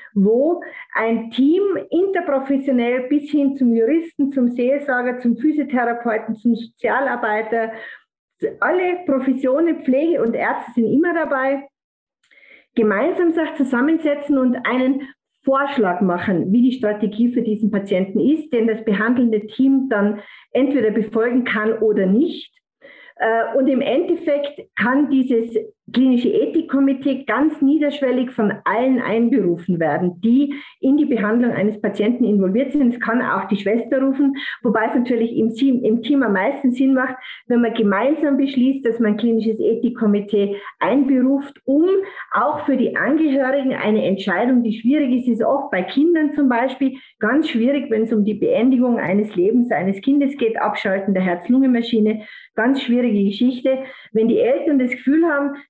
wo ein Team interprofessionell bis hin zum Juristen, zum Seelsorger, zum Physiotherapeuten, zum Sozialarbeiter, alle Professionen, Pflege und Ärzte sind immer dabei, gemeinsam sich zusammensetzen und einen Vorschlag machen, wie die Strategie für diesen Patienten ist, den das behandelnde Team dann entweder befolgen kann oder nicht. Und im Endeffekt kann dieses klinische Ethikkomitee ganz niederschwellig von allen einberufen werden, die in die Behandlung eines Patienten involviert sind. Es kann auch die Schwester rufen, wobei es natürlich im Team, im Team am meisten Sinn macht, wenn man gemeinsam beschließt, dass man ein klinisches Ethikkomitee einberuft, um auch für die Angehörigen eine Entscheidung, die schwierig ist, ist oft bei Kindern zum Beispiel ganz schwierig, wenn es um die Beendigung eines Lebens eines Kindes geht, Abschalten der Herz-Lunge-Maschine, ganz schwierige Geschichte. Wenn die Eltern das Gefühl haben,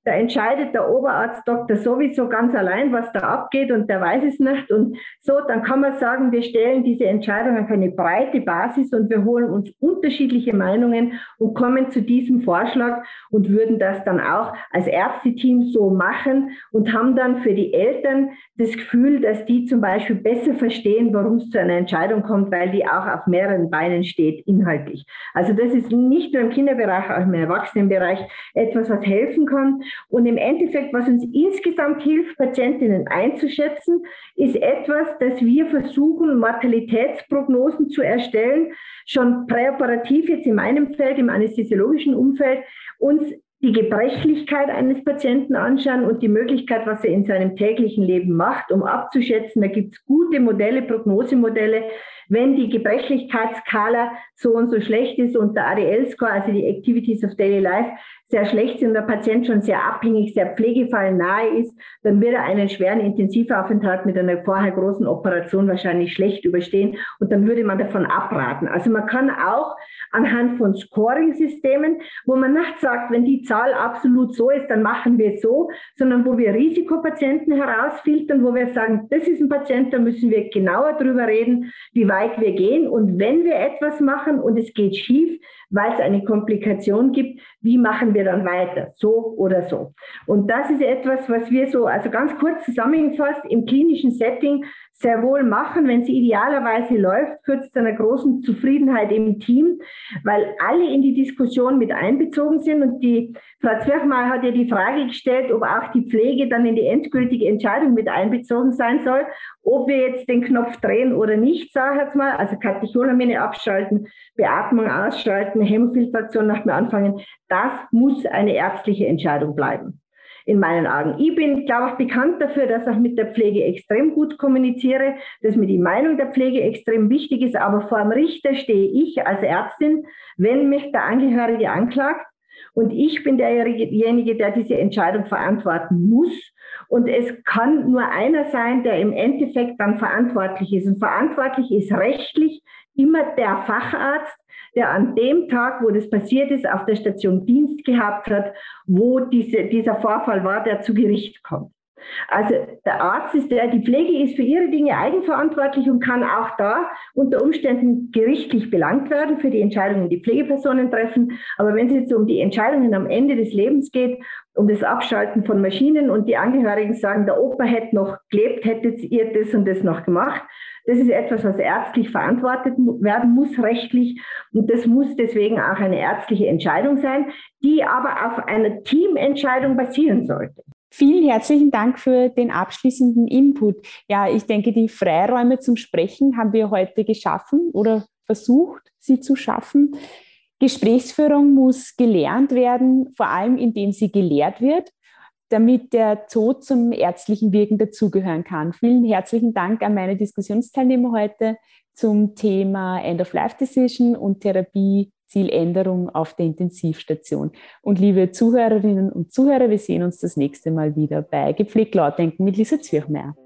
da entscheidet der Oberarzt Doktor sowieso ganz allein, was da abgeht und der weiß es nicht. Und so, dann kann man sagen, wir stellen diese Entscheidung auf eine breite Basis und wir holen uns unterschiedliche Meinungen und kommen zu diesem Vorschlag und würden das dann auch als Ärzteteam so machen und haben dann für die Eltern das Gefühl, dass die zum Beispiel besser verstehen, warum es zu einer Entscheidung kommt, weil die auch auf mehreren Beinen steht, inhaltlich. Also das ist nicht nur im Kinderbereich, auch im Erwachsenenbereich etwas, was helfen kann. Und im Endeffekt, was uns insgesamt hilft, Patientinnen einzuschätzen, ist etwas, dass wir versuchen, Mortalitätsprognosen zu erstellen, schon präoperativ jetzt in meinem Feld, im anästhesiologischen Umfeld, uns die Gebrechlichkeit eines Patienten anschauen und die Möglichkeit, was er in seinem täglichen Leben macht, um abzuschätzen. Da gibt es gute Modelle, Prognosemodelle. Wenn die Gebrechlichkeitsskala so und so schlecht ist und der A D L-Score, also die Activities of Daily Life, sehr schlecht sind und der Patient schon sehr abhängig, sehr pflegefallnahe ist, dann wird er einen schweren Intensivaufenthalt mit einer vorher großen Operation wahrscheinlich schlecht überstehen und dann würde man davon abraten. Also man kann auch anhand von Scoring-Systemen, wo man nicht sagt, wenn die Zahl absolut so ist, dann machen wir es so, sondern wo wir Risikopatienten herausfiltern, wo wir sagen, das ist ein Patient, da müssen wir genauer drüber reden, wie weit wir gehen und wenn wir etwas machen und es geht schief, weil es eine Komplikation gibt, wie machen wir dann weiter, so oder so. Und das ist etwas, was wir so, also ganz kurz zusammengefasst, im klinischen Setting sehr wohl machen, wenn es idealerweise läuft, führt es zu einer großen Zufriedenheit im Team, weil alle in die Diskussion mit einbezogen sind und die Frau Zwerchmeier hat ja die Frage gestellt, ob auch die Pflege dann in die endgültige Entscheidung mit einbezogen sein soll, ob wir jetzt den Knopf drehen oder nicht, sage ich jetzt mal, also Katecholamine abschalten, Beatmung ausschalten, Hämofiltration nach dem Anfangen, das muss eine ärztliche Entscheidung bleiben. In meinen Augen. Ich bin, glaube ich, bekannt dafür, dass ich mit der Pflege extrem gut kommuniziere, dass mir die Meinung der Pflege extrem wichtig ist, aber vor dem Richter stehe ich als Ärztin, wenn mich der Angehörige anklagt und ich bin derjenige, der diese Entscheidung verantworten muss und es kann nur einer sein, der im Endeffekt dann verantwortlich ist und verantwortlich ist rechtlich immer der Facharzt, der an dem Tag, wo das passiert ist, auf der Station Dienst gehabt hat, wo diese, dieser Vorfall war, der zu Gericht kommt. Also der Arzt ist der, die Pflege ist für ihre Dinge eigenverantwortlich und kann auch da unter Umständen gerichtlich belangt werden für die Entscheidungen, die Pflegepersonen treffen. Aber wenn es jetzt um die Entscheidungen am Ende des Lebens geht, um das Abschalten von Maschinen und die Angehörigen sagen, der Opa hätte noch gelebt, hättet ihr das und das noch gemacht, das ist etwas, was ärztlich verantwortet werden muss, rechtlich. Und das muss deswegen auch eine ärztliche Entscheidung sein, die aber auf einer Teamentscheidung basieren sollte. Vielen herzlichen Dank für den abschließenden Input. Ja, ich denke, die Freiräume zum Sprechen haben wir heute geschaffen oder versucht, sie zu schaffen. Gesprächsführung muss gelernt werden, vor allem indem sie gelehrt wird, damit der Tod zum ärztlichen Wirken dazugehören kann. Vielen herzlichen Dank an meine Diskussionsteilnehmer heute zum Thema End-of-Life-Decision und Therapiezieländerung auf der Intensivstation. Und liebe Zuhörerinnen und Zuhörer, wir sehen uns das nächste Mal wieder bei Gepflegt Laut Denken mit Lisa Zwerchmeier.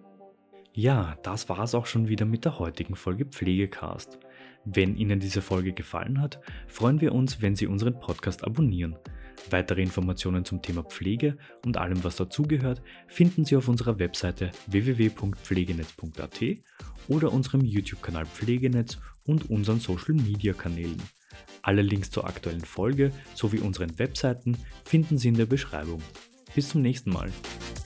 Ja, das war es auch schon wieder mit der heutigen Folge Pflegecast. Wenn Ihnen diese Folge gefallen hat, freuen wir uns, wenn Sie unseren Podcast abonnieren. Weitere Informationen zum Thema Pflege und allem, was dazugehört, finden Sie auf unserer Webseite w w w punkt pflegenetz punkt a t oder unserem YouTube-Kanal Pflegenetz und unseren Social-Media-Kanälen. Alle Links zur aktuellen Folge sowie unseren Webseiten finden Sie in der Beschreibung. Bis zum nächsten Mal.